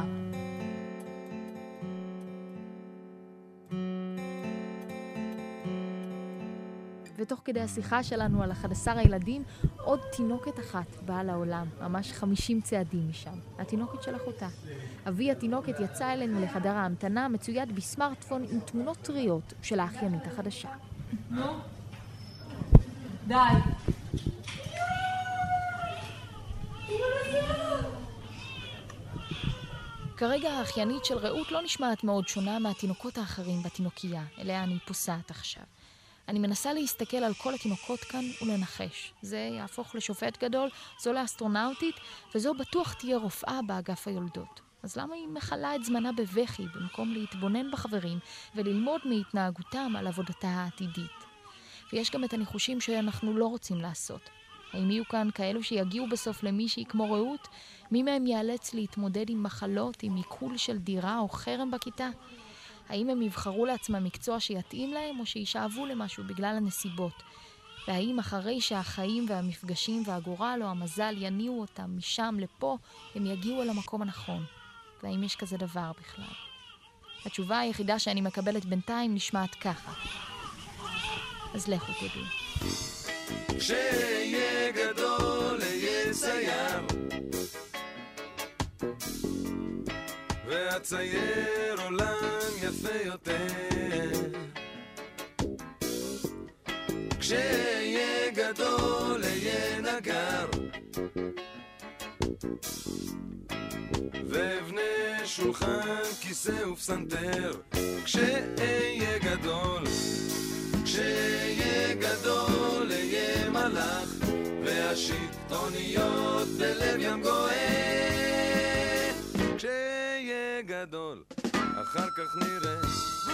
ותוך כדי השיחה שלנו על אחד עשר הילדים, עוד תינוקת אחת באה לעולם, ממש חמישים צעדים משם. התינוקת של אחותה. אבי התינוקת יצא אלינו לחדר ההמתנה, מצויד בסמארטפון עם תמונות טריות של האחיינית החדשה. נו? די. כרגע האחיינית של רעות לא נשמעת מאוד שונה מהתינוקות האחרים בתינוקייה, אליה אני פוסעת עכשיו. אני מנסה להסתכל על כל התינוקות כאן ולנחש. זה יהפוך לשופט גדול, זו לאסטרונאוטית, וזו בטוח תהיה רופאה באגף היולדות. אז למה היא מחלה את זמנה בבכי, במקום להתבונן בחברים וללמוד מהתנהגותם על עבודתה העתידית? ויש גם את הניחושים שאנחנו לא רוצים לעשות. האם יהיו כאן כאלו שיגיעו בסוף למישהי כמו רעות? מי מהם ייאלץ להתמודד עם מחלות, עם עיכול של דירה או חרם בכיתה? האם הם יבחרו לעצמם מקצוע שיתאים להם או שישאבו למשהו בגלל הנסיבות? והאם אחרי שהחיים והמפגשים והגורל או המזל יניעו אותם משם לפה, הם יגיעו אל המקום הנכון? והאם יש כזה דבר בכלל? התשובה היחידה שאני מקבלת בינתיים נשמעת ככה. אז לכו תדעו. כשיהיה גדול יהיה צייר, והצייר עולם יפה יותר. כשיהיה גדול יהיה נגר, ואבנה שולחן כיסא ופסנתר. כשיהיה גדול, כשיהיה גדול יהיה מלאך, והשלטוניות בלב ים גואל. כשיהיה גדול, אחר כך נראה.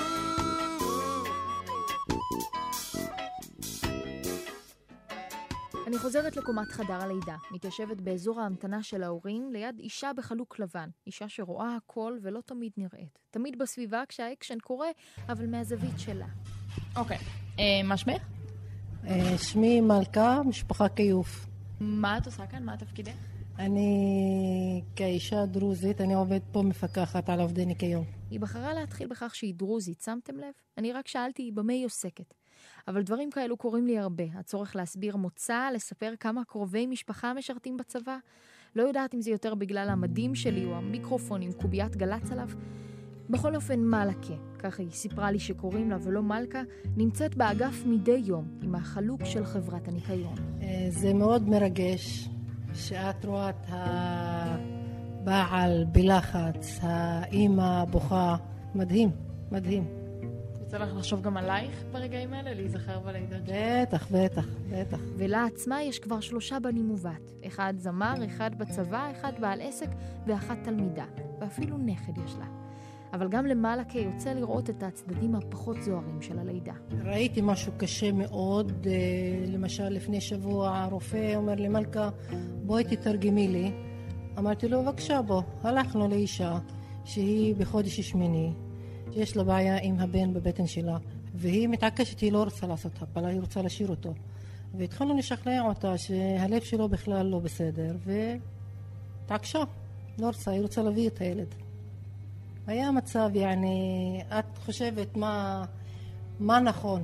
אני חוזרת לקומת חדר הלידה, מתיישבת באזור ההמתנה של ההורים ליד אישה בחלוק לבן, אישה שרואה הכל ולא תמיד נראית. תמיד בסביבה כשהאקשן קורה, אבל מהזווית שלה. אוקיי, מה שמך? שמי מלכה, משפחה קיוף. מה את עושה כאן? מה התפקידך? אני כאישה דרוזית, אני עובדת פה מפקחת על עובדי ניקיון. היא בחרה להתחיל בכך שהיא דרוזית, שמתם לב? אני רק שאלתי במה היא עוסקת. אבל דברים כאלו קורים לי הרבה. הצורך להסביר מוצא, לספר כמה קרובי משפחה משרתים בצבא. לא יודעת אם זה יותר בגלל המדים שלי או המיקרופון עם קוביית גלץ עליו. בכל אופן מלכה, ככה היא סיפרה לי שקוראים לה ולא מלכה, נמצאת באגף מדי יום עם החלוק של חברת הניקיון. זה מאוד מרגש שאת רואה את הבעל בלחץ, האימא בוכה, מדהים, מדהים. רוצה לך לחשוב גם עלייך ברגעים האלה, להיזכר בלידה? בטח, בטח, בטח. ולה עצמה יש כבר שלושה בנים ובת. אחד זמר, אחד בצבא, אחד בעל עסק ואחת תלמידה. ואפילו נכד יש לה. אבל גם למלכה יוצא לראות את הצדדים הפחות זוהרים של הלידה. ראיתי משהו קשה מאוד. למשל, לפני שבוע הרופא אומר למלכה, בואי תתרגמי לי. אמרתי לו, בבקשה בוא. הלכנו לאישה שהיא בחודש שמיני. יש לה בעיה עם הבן בבטן שלה, והיא מתעקשת, היא לא רוצה לעשות הפלה, היא רוצה להשאיר אותו. והתחלנו לשכנע אותה שהלב שלו בכלל לא בסדר, ותעקשה, לא רוצה, היא רוצה להביא את הילד. היה מצב, יעני, את חושבת מה, מה נכון,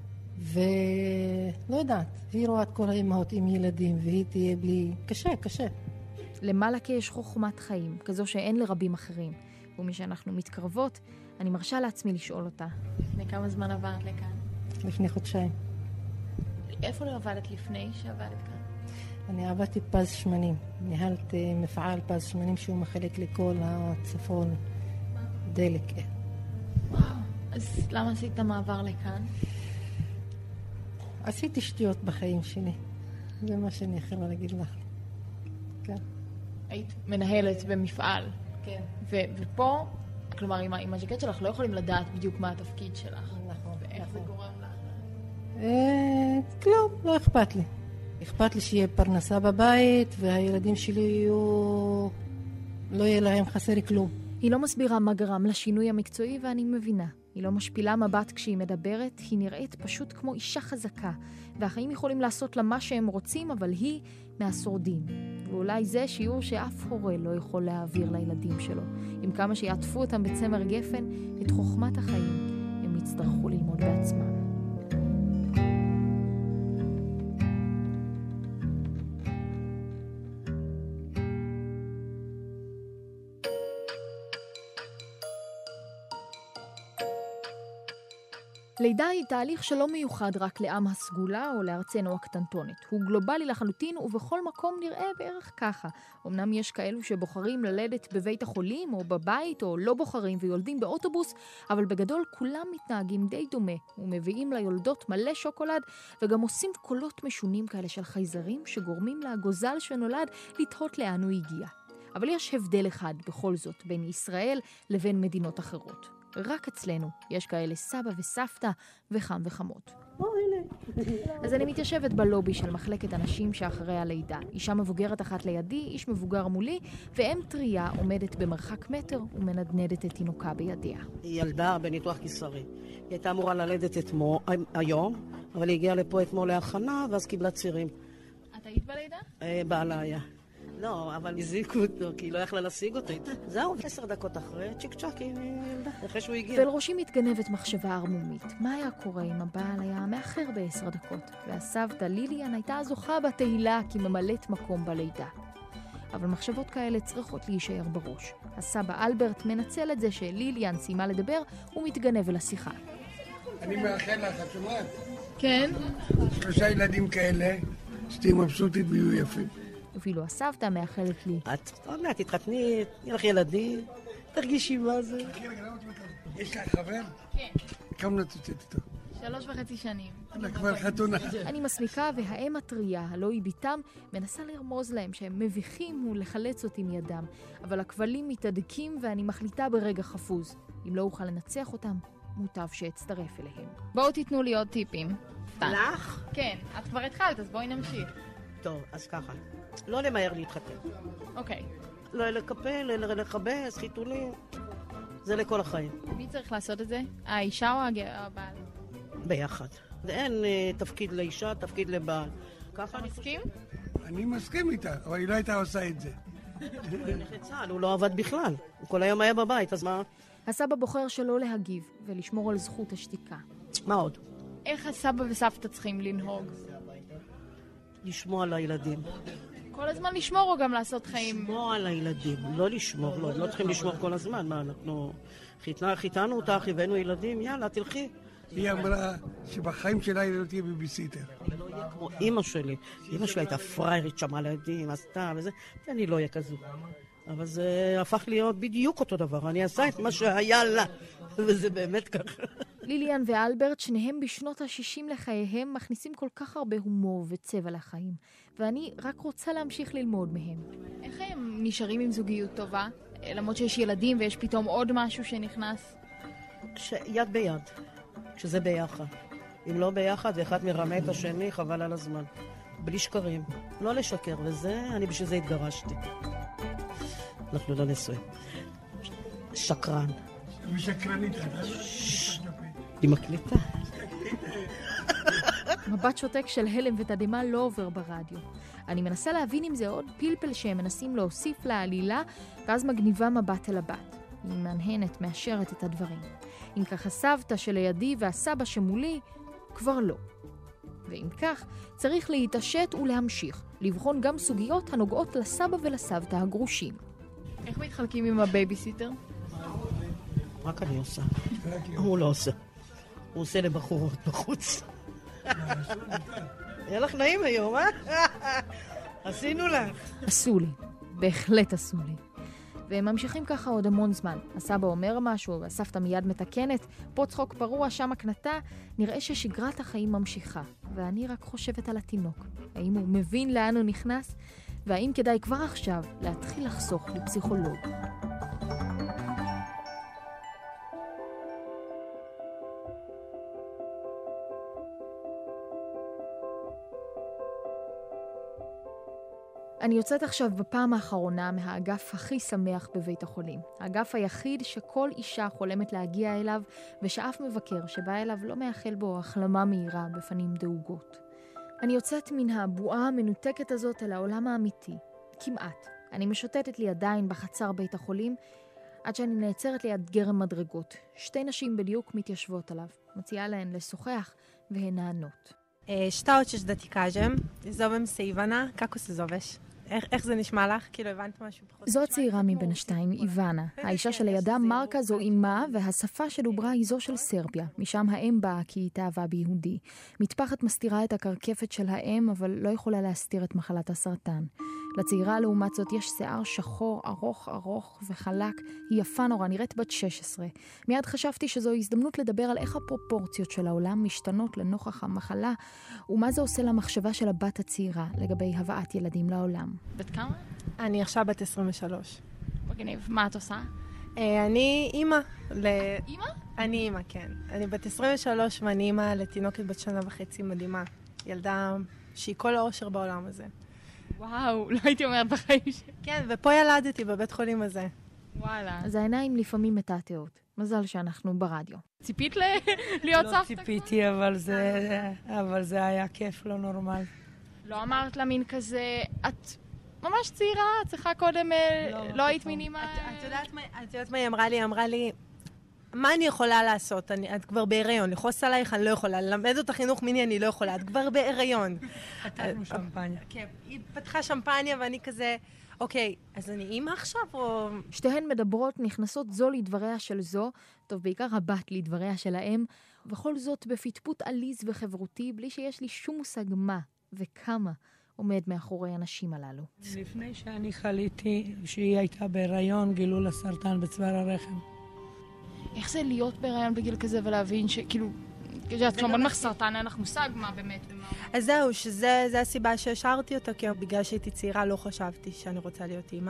ולא יודעת, היא רואה את כל האימהות עם ילדים, והיא תהיה בלי, קשה, קשה. למלכה יש חוכמת חיים, כזו שאין לרבים אחרים, ומשאנחנו מתקרבות, אני מרשה לעצמי לשאול אותה. לפני כמה זמן עברת לכאן? לפני חודשיים. איפה לא עבדת לפני שעבדת כאן? אני עבדתי פז שמנים. ניהלתי מפעל פז שמנים שהוא מחלק לכל הצפון דלק. וואו, אז למה עשית מעבר לכאן? עשיתי שטויות בחיים שלי. זה מה שאני יכולה להגיד לך. כן. היית מנהלת במפעל. כן. ו- ופה... כלומר, עם, עם הז'קט שלך לא יכולים לדעת בדיוק מה התפקיד שלך. נכון. ואיך נכון. זה גורם לך? אה, כלום, לא אכפת לי. אכפת לי שיהיה פרנסה בבית, והילדים שלי יהיו... לא יהיה להם חסר כלום. היא לא מסבירה מה גרם לשינוי המקצועי, ואני מבינה. היא לא משפילה מבט כשהיא מדברת, היא נראית פשוט כמו אישה חזקה. והחיים יכולים לעשות לה מה שהם רוצים, אבל היא מהשורדים. ואולי זה שיעור שאף הורה לא יכול להעביר לילדים שלו. עם כמה שיעטפו אותם בצמר גפן, את חוכמת החיים הם יצטרכו ללמוד בעצמם. לידה היא תהליך שלא מיוחד רק לעם הסגולה או לארצנו הקטנטונת. הוא גלובלי לחלוטין ובכל מקום נראה בערך ככה. אמנם יש כאלו שבוחרים ללדת בבית החולים או בבית או לא בוחרים ויולדים באוטובוס, אבל בגדול כולם מתנהגים די דומה ומביאים ליולדות מלא שוקולד וגם עושים קולות משונים כאלה של חייזרים שגורמים לגוזל שנולד לתהות לאן הוא הגיע. אבל יש הבדל אחד בכל זאת בין ישראל לבין מדינות אחרות. רק אצלנו יש כאלה סבא וסבתא וחם וחמות. אז אני מתיישבת בלובי של מחלקת אנשים שאחרי הלידה. אישה מבוגרת אחת לידי, איש מבוגר מולי, ואם טריה עומדת במרחק מטר ומנדנדת את תינוקה בידיה. היא ילדה בניתוח קיסרי. היא הייתה אמורה ללדת אתמול, היום, אבל היא הגיעה לפה אתמול להכנה, ואז קיבלה צירים. את היית בלידה? בעלה היה. לא, אבל הזיקו אותו, כי היא לא יכלה להשיג אותי. זהו, עשר דקות אחרי, צ'יק צ'ק, היא ילדה, אחרי שהוא הגיע. ואל ראשי מתגנבת מחשבה ערמומית. מה היה קורה אם הבעל היה מאחר בעשר דקות? והסבתא ליליאן הייתה זוכה בתהילה כממלאת מקום בלידה. אבל מחשבות כאלה צריכות להישאר בראש. הסבא אלברט מנצל את זה שליליאן סיימה לדבר ומתגנב אל השיחה. אני מאחל לך, את שומעת? כן. שלושה ילדים כאלה, שתהיי מבסוטית ויהיו יפים. אפילו הסבתא מאחלת לי. את עוד מעט תתחתני, תהיה לך ילדים, תרגישי מה זה. יש לך חבר? כן. כמה נצוצת איתו? שלוש וחצי שנים. אלא כבר חתונה. אני מסמיקה והאם הטריה, הלא היא ביתם, מנסה לרמוז להם שהם מביכים ולחלץ אותי מידם. אבל הכבלים מתהדקים ואני מחליטה ברגע חפוז. אם לא אוכל לנצח אותם, מוטב שאצטרף אליהם. בואו תיתנו לי עוד טיפים. לך? כן, את כבר התחלת, אז בואי נמשיך. טוב, אז ככה. לא למהר להתחתן. אוקיי. לא לקפל, אלא לכבס, חיתולים. זה לכל החיים. מי צריך לעשות את זה? האישה או הבעל? ביחד. אין uh, תפקיד לאישה, תפקיד לבעל. ככה אני מסכים? אני מסכים איתה, אבל היא לא הייתה עושה את זה. הוא נכי צה"ל, הוא לא עבד בכלל. הוא כל היום היה בבית, אז מה? הסבא בוחר שלא להגיב ולשמור על זכות השתיקה. מה עוד? איך הסבא וסבתא צריכים לנהוג? לשמוע על הילדים. כל הזמן לשמור או גם לעשות חיים? לשמור על הילדים, לא לשמור, לא, לא צריכים לשמור כל הזמן. מה, אנחנו חיתנו אותך, הבאנו ילדים, יאללה, תלכי. היא אמרה שבחיים שלה היא לא תהיה בביסיטר. היא לא יהיה כמו אמא שלי. אמא שלי הייתה פריירית, שמעה לילדים, עשתה וזה, ואני לא אהיה כזו. אבל זה הפך להיות בדיוק אותו דבר. אני עשה את מה שהיה לה, וזה באמת ככה. ליליאן ואלברט, שניהם בשנות ה-שישים לחייהם, מכניסים כל כך הרבה הומור וצבע לחיים. ואני רק רוצה להמשיך ללמוד מהם. איך הם נשארים עם זוגיות טובה? למרות שיש ילדים ויש פתאום עוד משהו שנכנס? יד ביד, כשזה ביחד. אם לא ביחד, ואחד מרמה את השני, חבל על הזמן. בלי שקרים. לא לשקר, וזה, אני בשביל זה התגרשתי. אנחנו לא נשואים. שקרן. ושקרנית. היא מקליטה. מבט שותק של הלם ותדהמה לא עובר ברדיו. אני מנסה להבין אם זה עוד פלפל שהם מנסים להוסיף לעלילה, ואז מגניבה מבט אל הבת. היא מנהנת, מאשרת את הדברים. אם כך הסבתא שלידי והסבא שמולי, כבר לא. ואם כך, צריך להתעשת ולהמשיך, לבחון גם סוגיות הנוגעות לסבא ולסבתא הגרושים. איך מתחלקים עם הבייביסיטר? רק אני עושה. הוא לא עושה. הוא עושה לבחורות בחוץ. היה לך נעים היום, אה? עשינו לך. עשו לי. בהחלט עשו לי. והם ממשיכים ככה עוד המון זמן. הסבא אומר משהו, והסבתא מיד מתקנת, פה צחוק פרוע, שם הקנתה, נראה ששגרת החיים ממשיכה. ואני רק חושבת על התינוק. האם הוא מבין לאן הוא נכנס? והאם כדאי כבר עכשיו להתחיל לחסוך לפסיכולוג? אני יוצאת עכשיו בפעם האחרונה מהאגף הכי שמח בבית החולים. האגף היחיד שכל אישה חולמת להגיע אליו, ושאף מבקר שבא אליו לא מאחל בו החלמה מהירה בפנים דאוגות. אני יוצאת מן הבועה המנותקת הזאת אל העולם האמיתי. כמעט. אני משוטטת לי עדיין בחצר בית החולים, עד שאני נעצרת ליד גרם מדרגות. שתי נשים בדיוק מתיישבות עליו. מציעה להן לשוחח, והן נענות. Šta hoćeš da ti kažem? Zovem se Ivana. Kako se zoveš? איך זה נשמע לך? כאילו הבנת משהו פחות? זו הצעירה מבין השתיים, איוונה. האישה שלידה מרקה זו אימה, והשפה שדוברה היא זו של סרביה. משם האם באה כי היא התאהבה ביהודי. מטפחת מסתירה את הקרקפת של האם, אבל לא יכולה להסתיר את מחלת הסרטן. לצעירה לעומת זאת יש שיער שחור, ארוך ארוך וחלק. היא יפה נורא, נראית בת שש עשרה. מיד חשבתי שזו הזדמנות לדבר על איך הפרופורציות של העולם משתנות לנוכח המחלה, ומה זה עושה למחשבה של הבת הצעירה לגבי הבאת ילדים לעולם. בת כמה? אני עכשיו בת עשרים ושלוש. מגניב. מה את עושה? אני אימא. אימא? אני אימא, כן. אני בת עשרים ושלוש ואני אימא לתינוקת בת שנה וחצי מדהימה. ילדה שהיא כל האושר בעולם הזה. וואו, לא הייתי אומרת בחיים ש... כן, ופה ילדתי בבית חולים הזה. וואלה. אז העיניים לפעמים מתעתעות. מזל שאנחנו ברדיו. ציפית להיות סבתא? לא ציפיתי, אבל זה היה כיף, לא נורמל. לא אמרת לה מין כזה, את ממש צעירה, צריכה קודם, לא היית מין אימא... את יודעת מה היא אמרה לי? היא אמרה לי, מה אני יכולה לעשות? את כבר בהיריון, לחוס עלייך אני לא יכולה, ללמד אותך חינוך מיני אני לא יכולה, את כבר בהיריון. פתחנו שמפניה. כן, היא פתחה שמפניה ואני כזה, אוקיי, אז אני אימא עכשיו או... שתיהן מדברות נכנסות זו לדבריה של זו, טוב בעיקר הבת לדבריה של האם, וכל זאת בפטפוט עליז וחברותי, בלי שיש לי שום מושג מה וכמה עומד מאחורי הנשים הללו. לפני שאני חליתי, שהיא הייתה בהיריון, גילו לה סרטן בצוואר הרחם. איך זה להיות בהיריון בגיל כזה ולהבין שכאילו, כשאת כשאומרים לך סרטן, אין לך מושג מה באמת. אז זהו, שזה הסיבה שהשארתי אותה, כי בגלל שהייתי צעירה לא חשבתי שאני רוצה להיות אימא.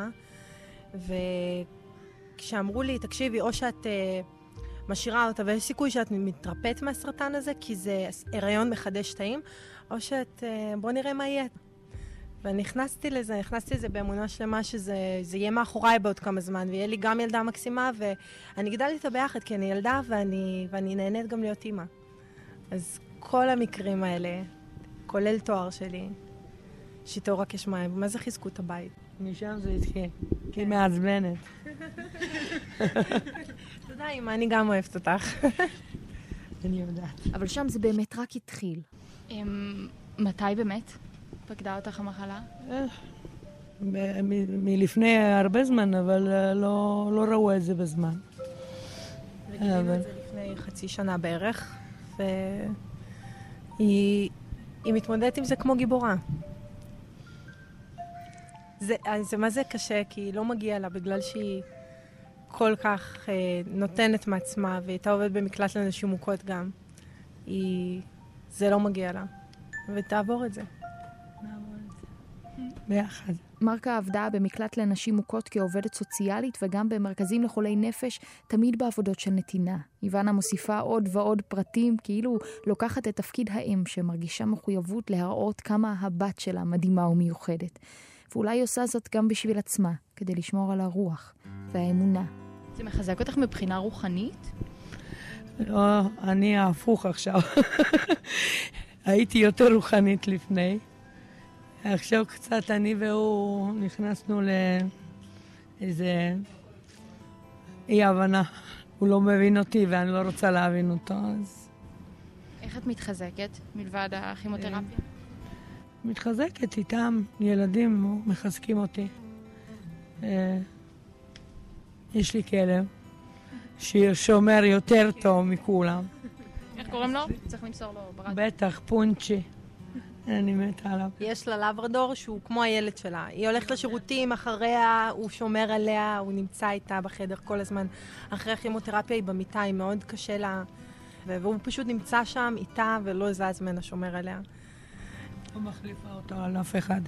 וכשאמרו לי, תקשיבי, או שאת משאירה אותה ויש סיכוי שאת מתרפאת מהסרטן הזה, כי זה הריון מחדש תאים, או שאת, בוא נראה מה יהיה. ונכנסתי לזה, נכנסתי לזה באמונה שלמה שזה יהיה מאחוריי בעוד כמה זמן, ויהיה לי גם ילדה מקסימה, ואני גדלתי איתה ביחד, כי אני ילדה, ואני, ואני נהנית גם להיות אימא. אז כל המקרים האלה, כולל תואר שלי, שיטור רק יש מים, מה זה חיזקו את הבית? משם זה התחיל, כי היא מעצבנת. תודה, אמא, אני גם אוהבת אותך. אני יודעת. אבל שם זה באמת רק התחיל. מתי באמת פקדה אותך המחלה? מלפני הרבה זמן, אבל לא ראו את זה בזמן. וגילינו את זה לפני חצי שנה בערך, והיא מתמודדת עם זה כמו גיבורה. זה, זה מה זה קשה, כי היא לא מגיעה לה בגלל שהיא כל כך אה, נותנת מעצמה, והיא הייתה עובדת במקלט לנשים מוכות גם. היא... זה לא מגיע לה. ותעבור את זה. ביחד. מרקה עבדה במקלט לנשים מוכות כעובדת סוציאלית וגם במרכזים לחולי נפש, תמיד בעבודות של נתינה. איוונה מוסיפה עוד ועוד פרטים, כאילו לוקחת את תפקיד האם שמרגישה מחויבות להראות כמה הבת שלה מדהימה ומיוחדת. ואולי היא עושה זאת גם בשביל עצמה, כדי לשמור על הרוח והאמונה. זה מחזק אותך מבחינה רוחנית? לא, אני ההפוך עכשיו. הייתי יותר רוחנית לפני. עכשיו קצת אני והוא נכנסנו לאיזה אי הבנה. הוא לא מבין אותי ואני לא רוצה להבין אותו, אז... איך את מתחזקת מלבד הכימותרפיה? מתחזקת איתם, ילדים מחזקים אותי. יש לי כלב ששומר יותר טוב מכולם. איך קוראים לו? צריך למסור לו ברדיו. בטח, פונצ'י. אני מתה עליו. יש לה לברדור שהוא כמו הילד שלה. היא הולכת לשירותים אחריה, הוא שומר עליה, הוא נמצא איתה בחדר כל הזמן. אחרי הכימותרפיה היא במיטה, היא מאוד קשה לה. והוא פשוט נמצא שם איתה ולא זז ממנה, שומר עליה. לא מחליפה אותו על אף אחד.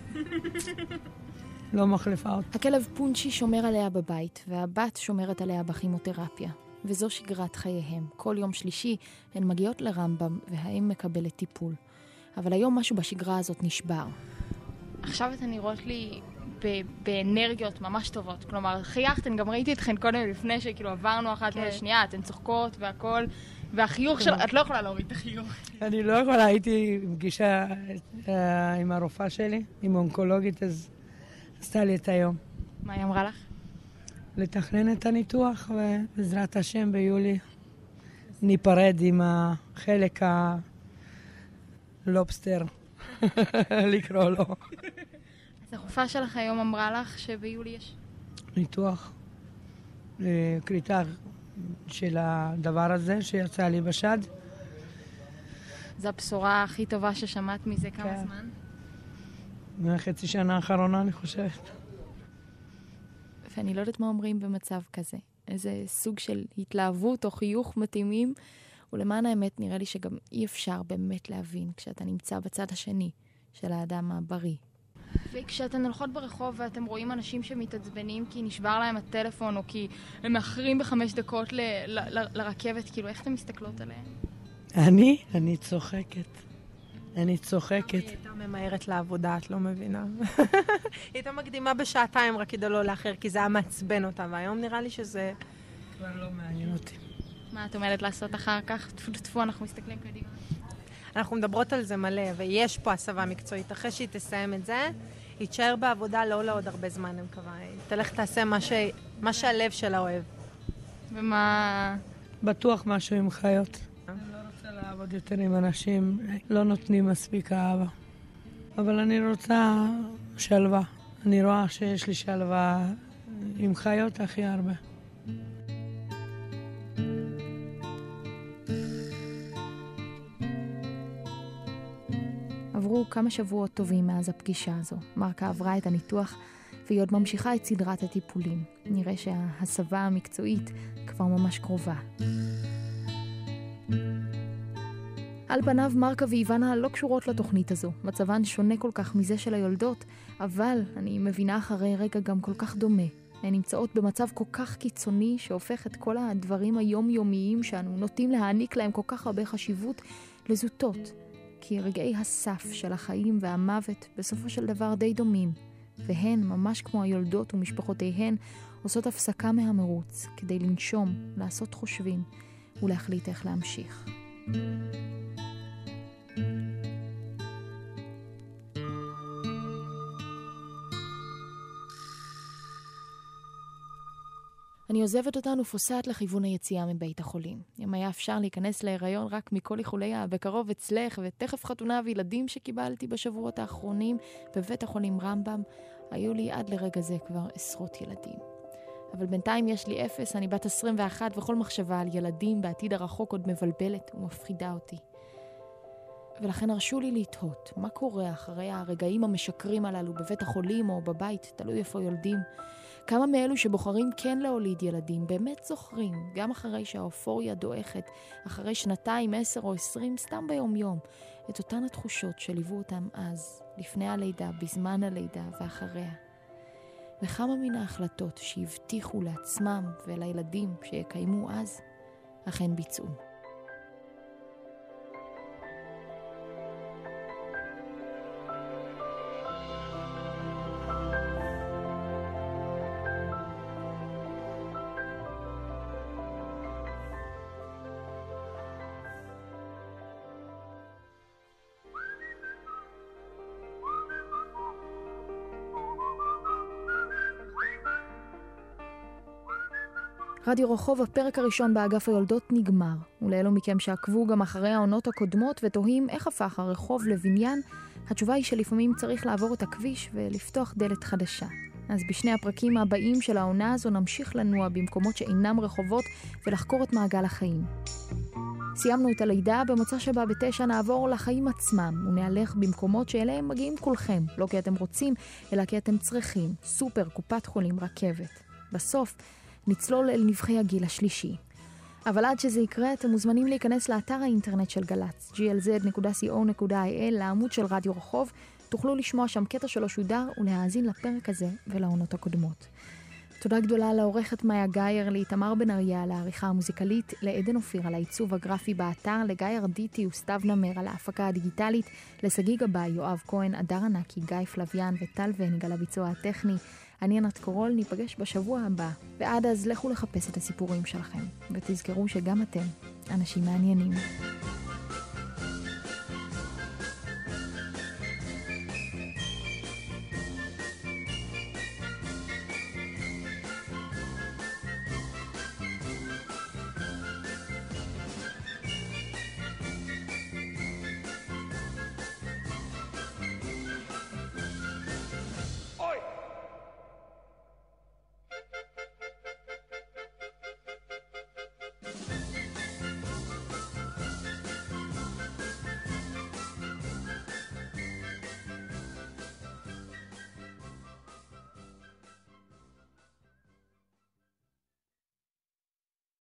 לא מחליפה אותו. הכלב פונצ'י שומר עליה בבית, והבת שומרת עליה בכימותרפיה. וזו שגרת חייהם. כל יום שלישי הן מגיעות לרמב"ם, והאם מקבלת טיפול. אבל היום משהו בשגרה הזאת נשבר. עכשיו אתן נראות לי ב- באנרגיות ממש טובות. כלומר, חייכתן, גם ראיתי אתכן קודם לפני שכאילו עברנו אחת כן. לשנייה, אתן צוחקות והכל, והחיוך של... את לא יכולה להוריד את החיוך. אני לא יכולה, הייתי פגישה uh, עם הרופאה שלי, עם אונקולוגית, אז עשתה לי את היום. מה היא אמרה לך? לתכנן את הניתוח, ובעזרת השם ביולי ניפרד עם החלק ה... לובסטר, לקרוא לו. אז הרופאה שלך היום אמרה לך שביולי יש? ניתוח, קריטה של הדבר הזה שיצא לי בשד. זו הבשורה הכי טובה ששמעת מזה כמה כן. זמן? מהחצי שנה האחרונה אני חושבת. ואני לא יודעת מה אומרים במצב כזה. איזה סוג של התלהבות או חיוך מתאימים. ולמען האמת נראה לי שגם אי אפשר באמת להבין כשאתה נמצא בצד השני של האדם הבריא. וכשאתן הולכות ברחוב ואתם רואים אנשים שמתעצבנים כי נשבר להם הטלפון או כי הם מאחרים בחמש דקות ל- ל- ל- לרכבת, כאילו איך אתן מסתכלות עליהם? אני? אני צוחקת. אני צוחקת. היא הייתה ממהרת לעבודה, את לא מבינה. היא הייתה מקדימה בשעתיים רק כדי לא לאחר, כי זה היה מעצבן אותה, והיום נראה לי שזה... כבר לא מעניין אותי. מה את עומדת לעשות אחר כך? טפו טפו, אנחנו מסתכלים קדימה. אנחנו מדברות על זה מלא, ויש פה הסבה מקצועית. אחרי שהיא תסיים את זה, היא תשאר בעבודה לא לעוד הרבה זמן, אני מקווה. היא תלך תעשה מה, ש... מה שהלב שלה אוהב. ומה... בטוח משהו עם חיות. אני לא רוצה לעבוד יותר עם אנשים, לא נותנים מספיק אהבה. אבל אני רוצה שלווה. אני רואה שיש לי שלווה עם חיות הכי הרבה. עברו כמה שבועות טובים מאז הפגישה הזו. מרקה עברה את הניתוח והיא עוד ממשיכה את סדרת הטיפולים. נראה שההסבה המקצועית כבר ממש קרובה. על פניו מרקה ואיוונה לא קשורות לתוכנית הזו. מצבן שונה כל כך מזה של היולדות, אבל אני מבינה אחרי רגע גם כל כך דומה. הן נמצאות במצב כל כך קיצוני שהופך את כל הדברים היומיומיים שאנו נוטים להעניק להם כל כך הרבה חשיבות לזוטות. כי רגעי הסף של החיים והמוות בסופו של דבר די דומים, והן, ממש כמו היולדות ומשפחותיהן, עושות הפסקה מהמרוץ כדי לנשום, לעשות חושבים ולהחליט איך להמשיך. אני עוזבת אותן ופוסעת לכיוון היציאה מבית החולים. אם היה אפשר להיכנס להיריון רק מכל איחוליה בקרוב אצלך ותכף חתונה וילדים שקיבלתי בשבועות האחרונים בבית החולים רמב"ם, היו לי עד לרגע זה כבר עשרות ילדים. אבל בינתיים יש לי אפס, אני בת עשרים ואחת וכל מחשבה על ילדים בעתיד הרחוק עוד מבלבלת ומפחידה אותי. ולכן הרשו לי לתהות, מה קורה אחרי הרגעים המשקרים הללו בבית החולים או בבית, תלוי איפה יולדים? כמה מאלו שבוחרים כן להוליד ילדים באמת זוכרים, גם אחרי שהאופוריה דועכת, אחרי שנתיים, עשר או עשרים, סתם ביום יום, את אותן התחושות שליוו אותם אז, לפני הלידה, בזמן הלידה ואחריה. וכמה מן ההחלטות שהבטיחו לעצמם ולילדים שיקיימו אז, אכן ביצעו. רדיו רחוב, הפרק הראשון באגף היולדות נגמר, ולאלו מכם שעקבו גם אחרי העונות הקודמות ותוהים איך הפך הרחוב לבניין, התשובה היא שלפעמים צריך לעבור את הכביש ולפתוח דלת חדשה. אז בשני הפרקים הבאים של העונה הזו נמשיך לנוע במקומות שאינם רחובות ולחקור את מעגל החיים. סיימנו את הלידה, במוצא שבה בתשע נעבור לחיים עצמם ונהלך במקומות שאליהם מגיעים כולכם, לא כי אתם רוצים, אלא כי אתם צריכים, סופר, קופת חולים, רכבת. בסוף, נצלול אל נבחי הגיל השלישי. אבל עד שזה יקרה, אתם מוזמנים להיכנס לאתר האינטרנט של גלץ, ג'י אל זד נקודה סי או נקודה איי אל, לעמוד של רדיו רחוב, תוכלו לשמוע שם קטע שלו שודר ולהאזין לפרק הזה ולעונות הקודמות. תודה גדולה לעורכת מאיה גייר, לאיתמר בן אריה על העריכה המוזיקלית, לעדן אופיר על העיצוב הגרפי באתר, לגיא ארדיטי וסתיו נמר על ההפקה הדיגיטלית, לסגי גבאי, יואב כהן, אדר ענקי, גיא פלוויאן וטל וניג על הביצוע הטכני. אני ענת קורול, ניפגש בשבוע הבא, ועד אז לכו לחפש את הסיפורים שלכם, ותזכרו שגם אתם אנשים מעניינים.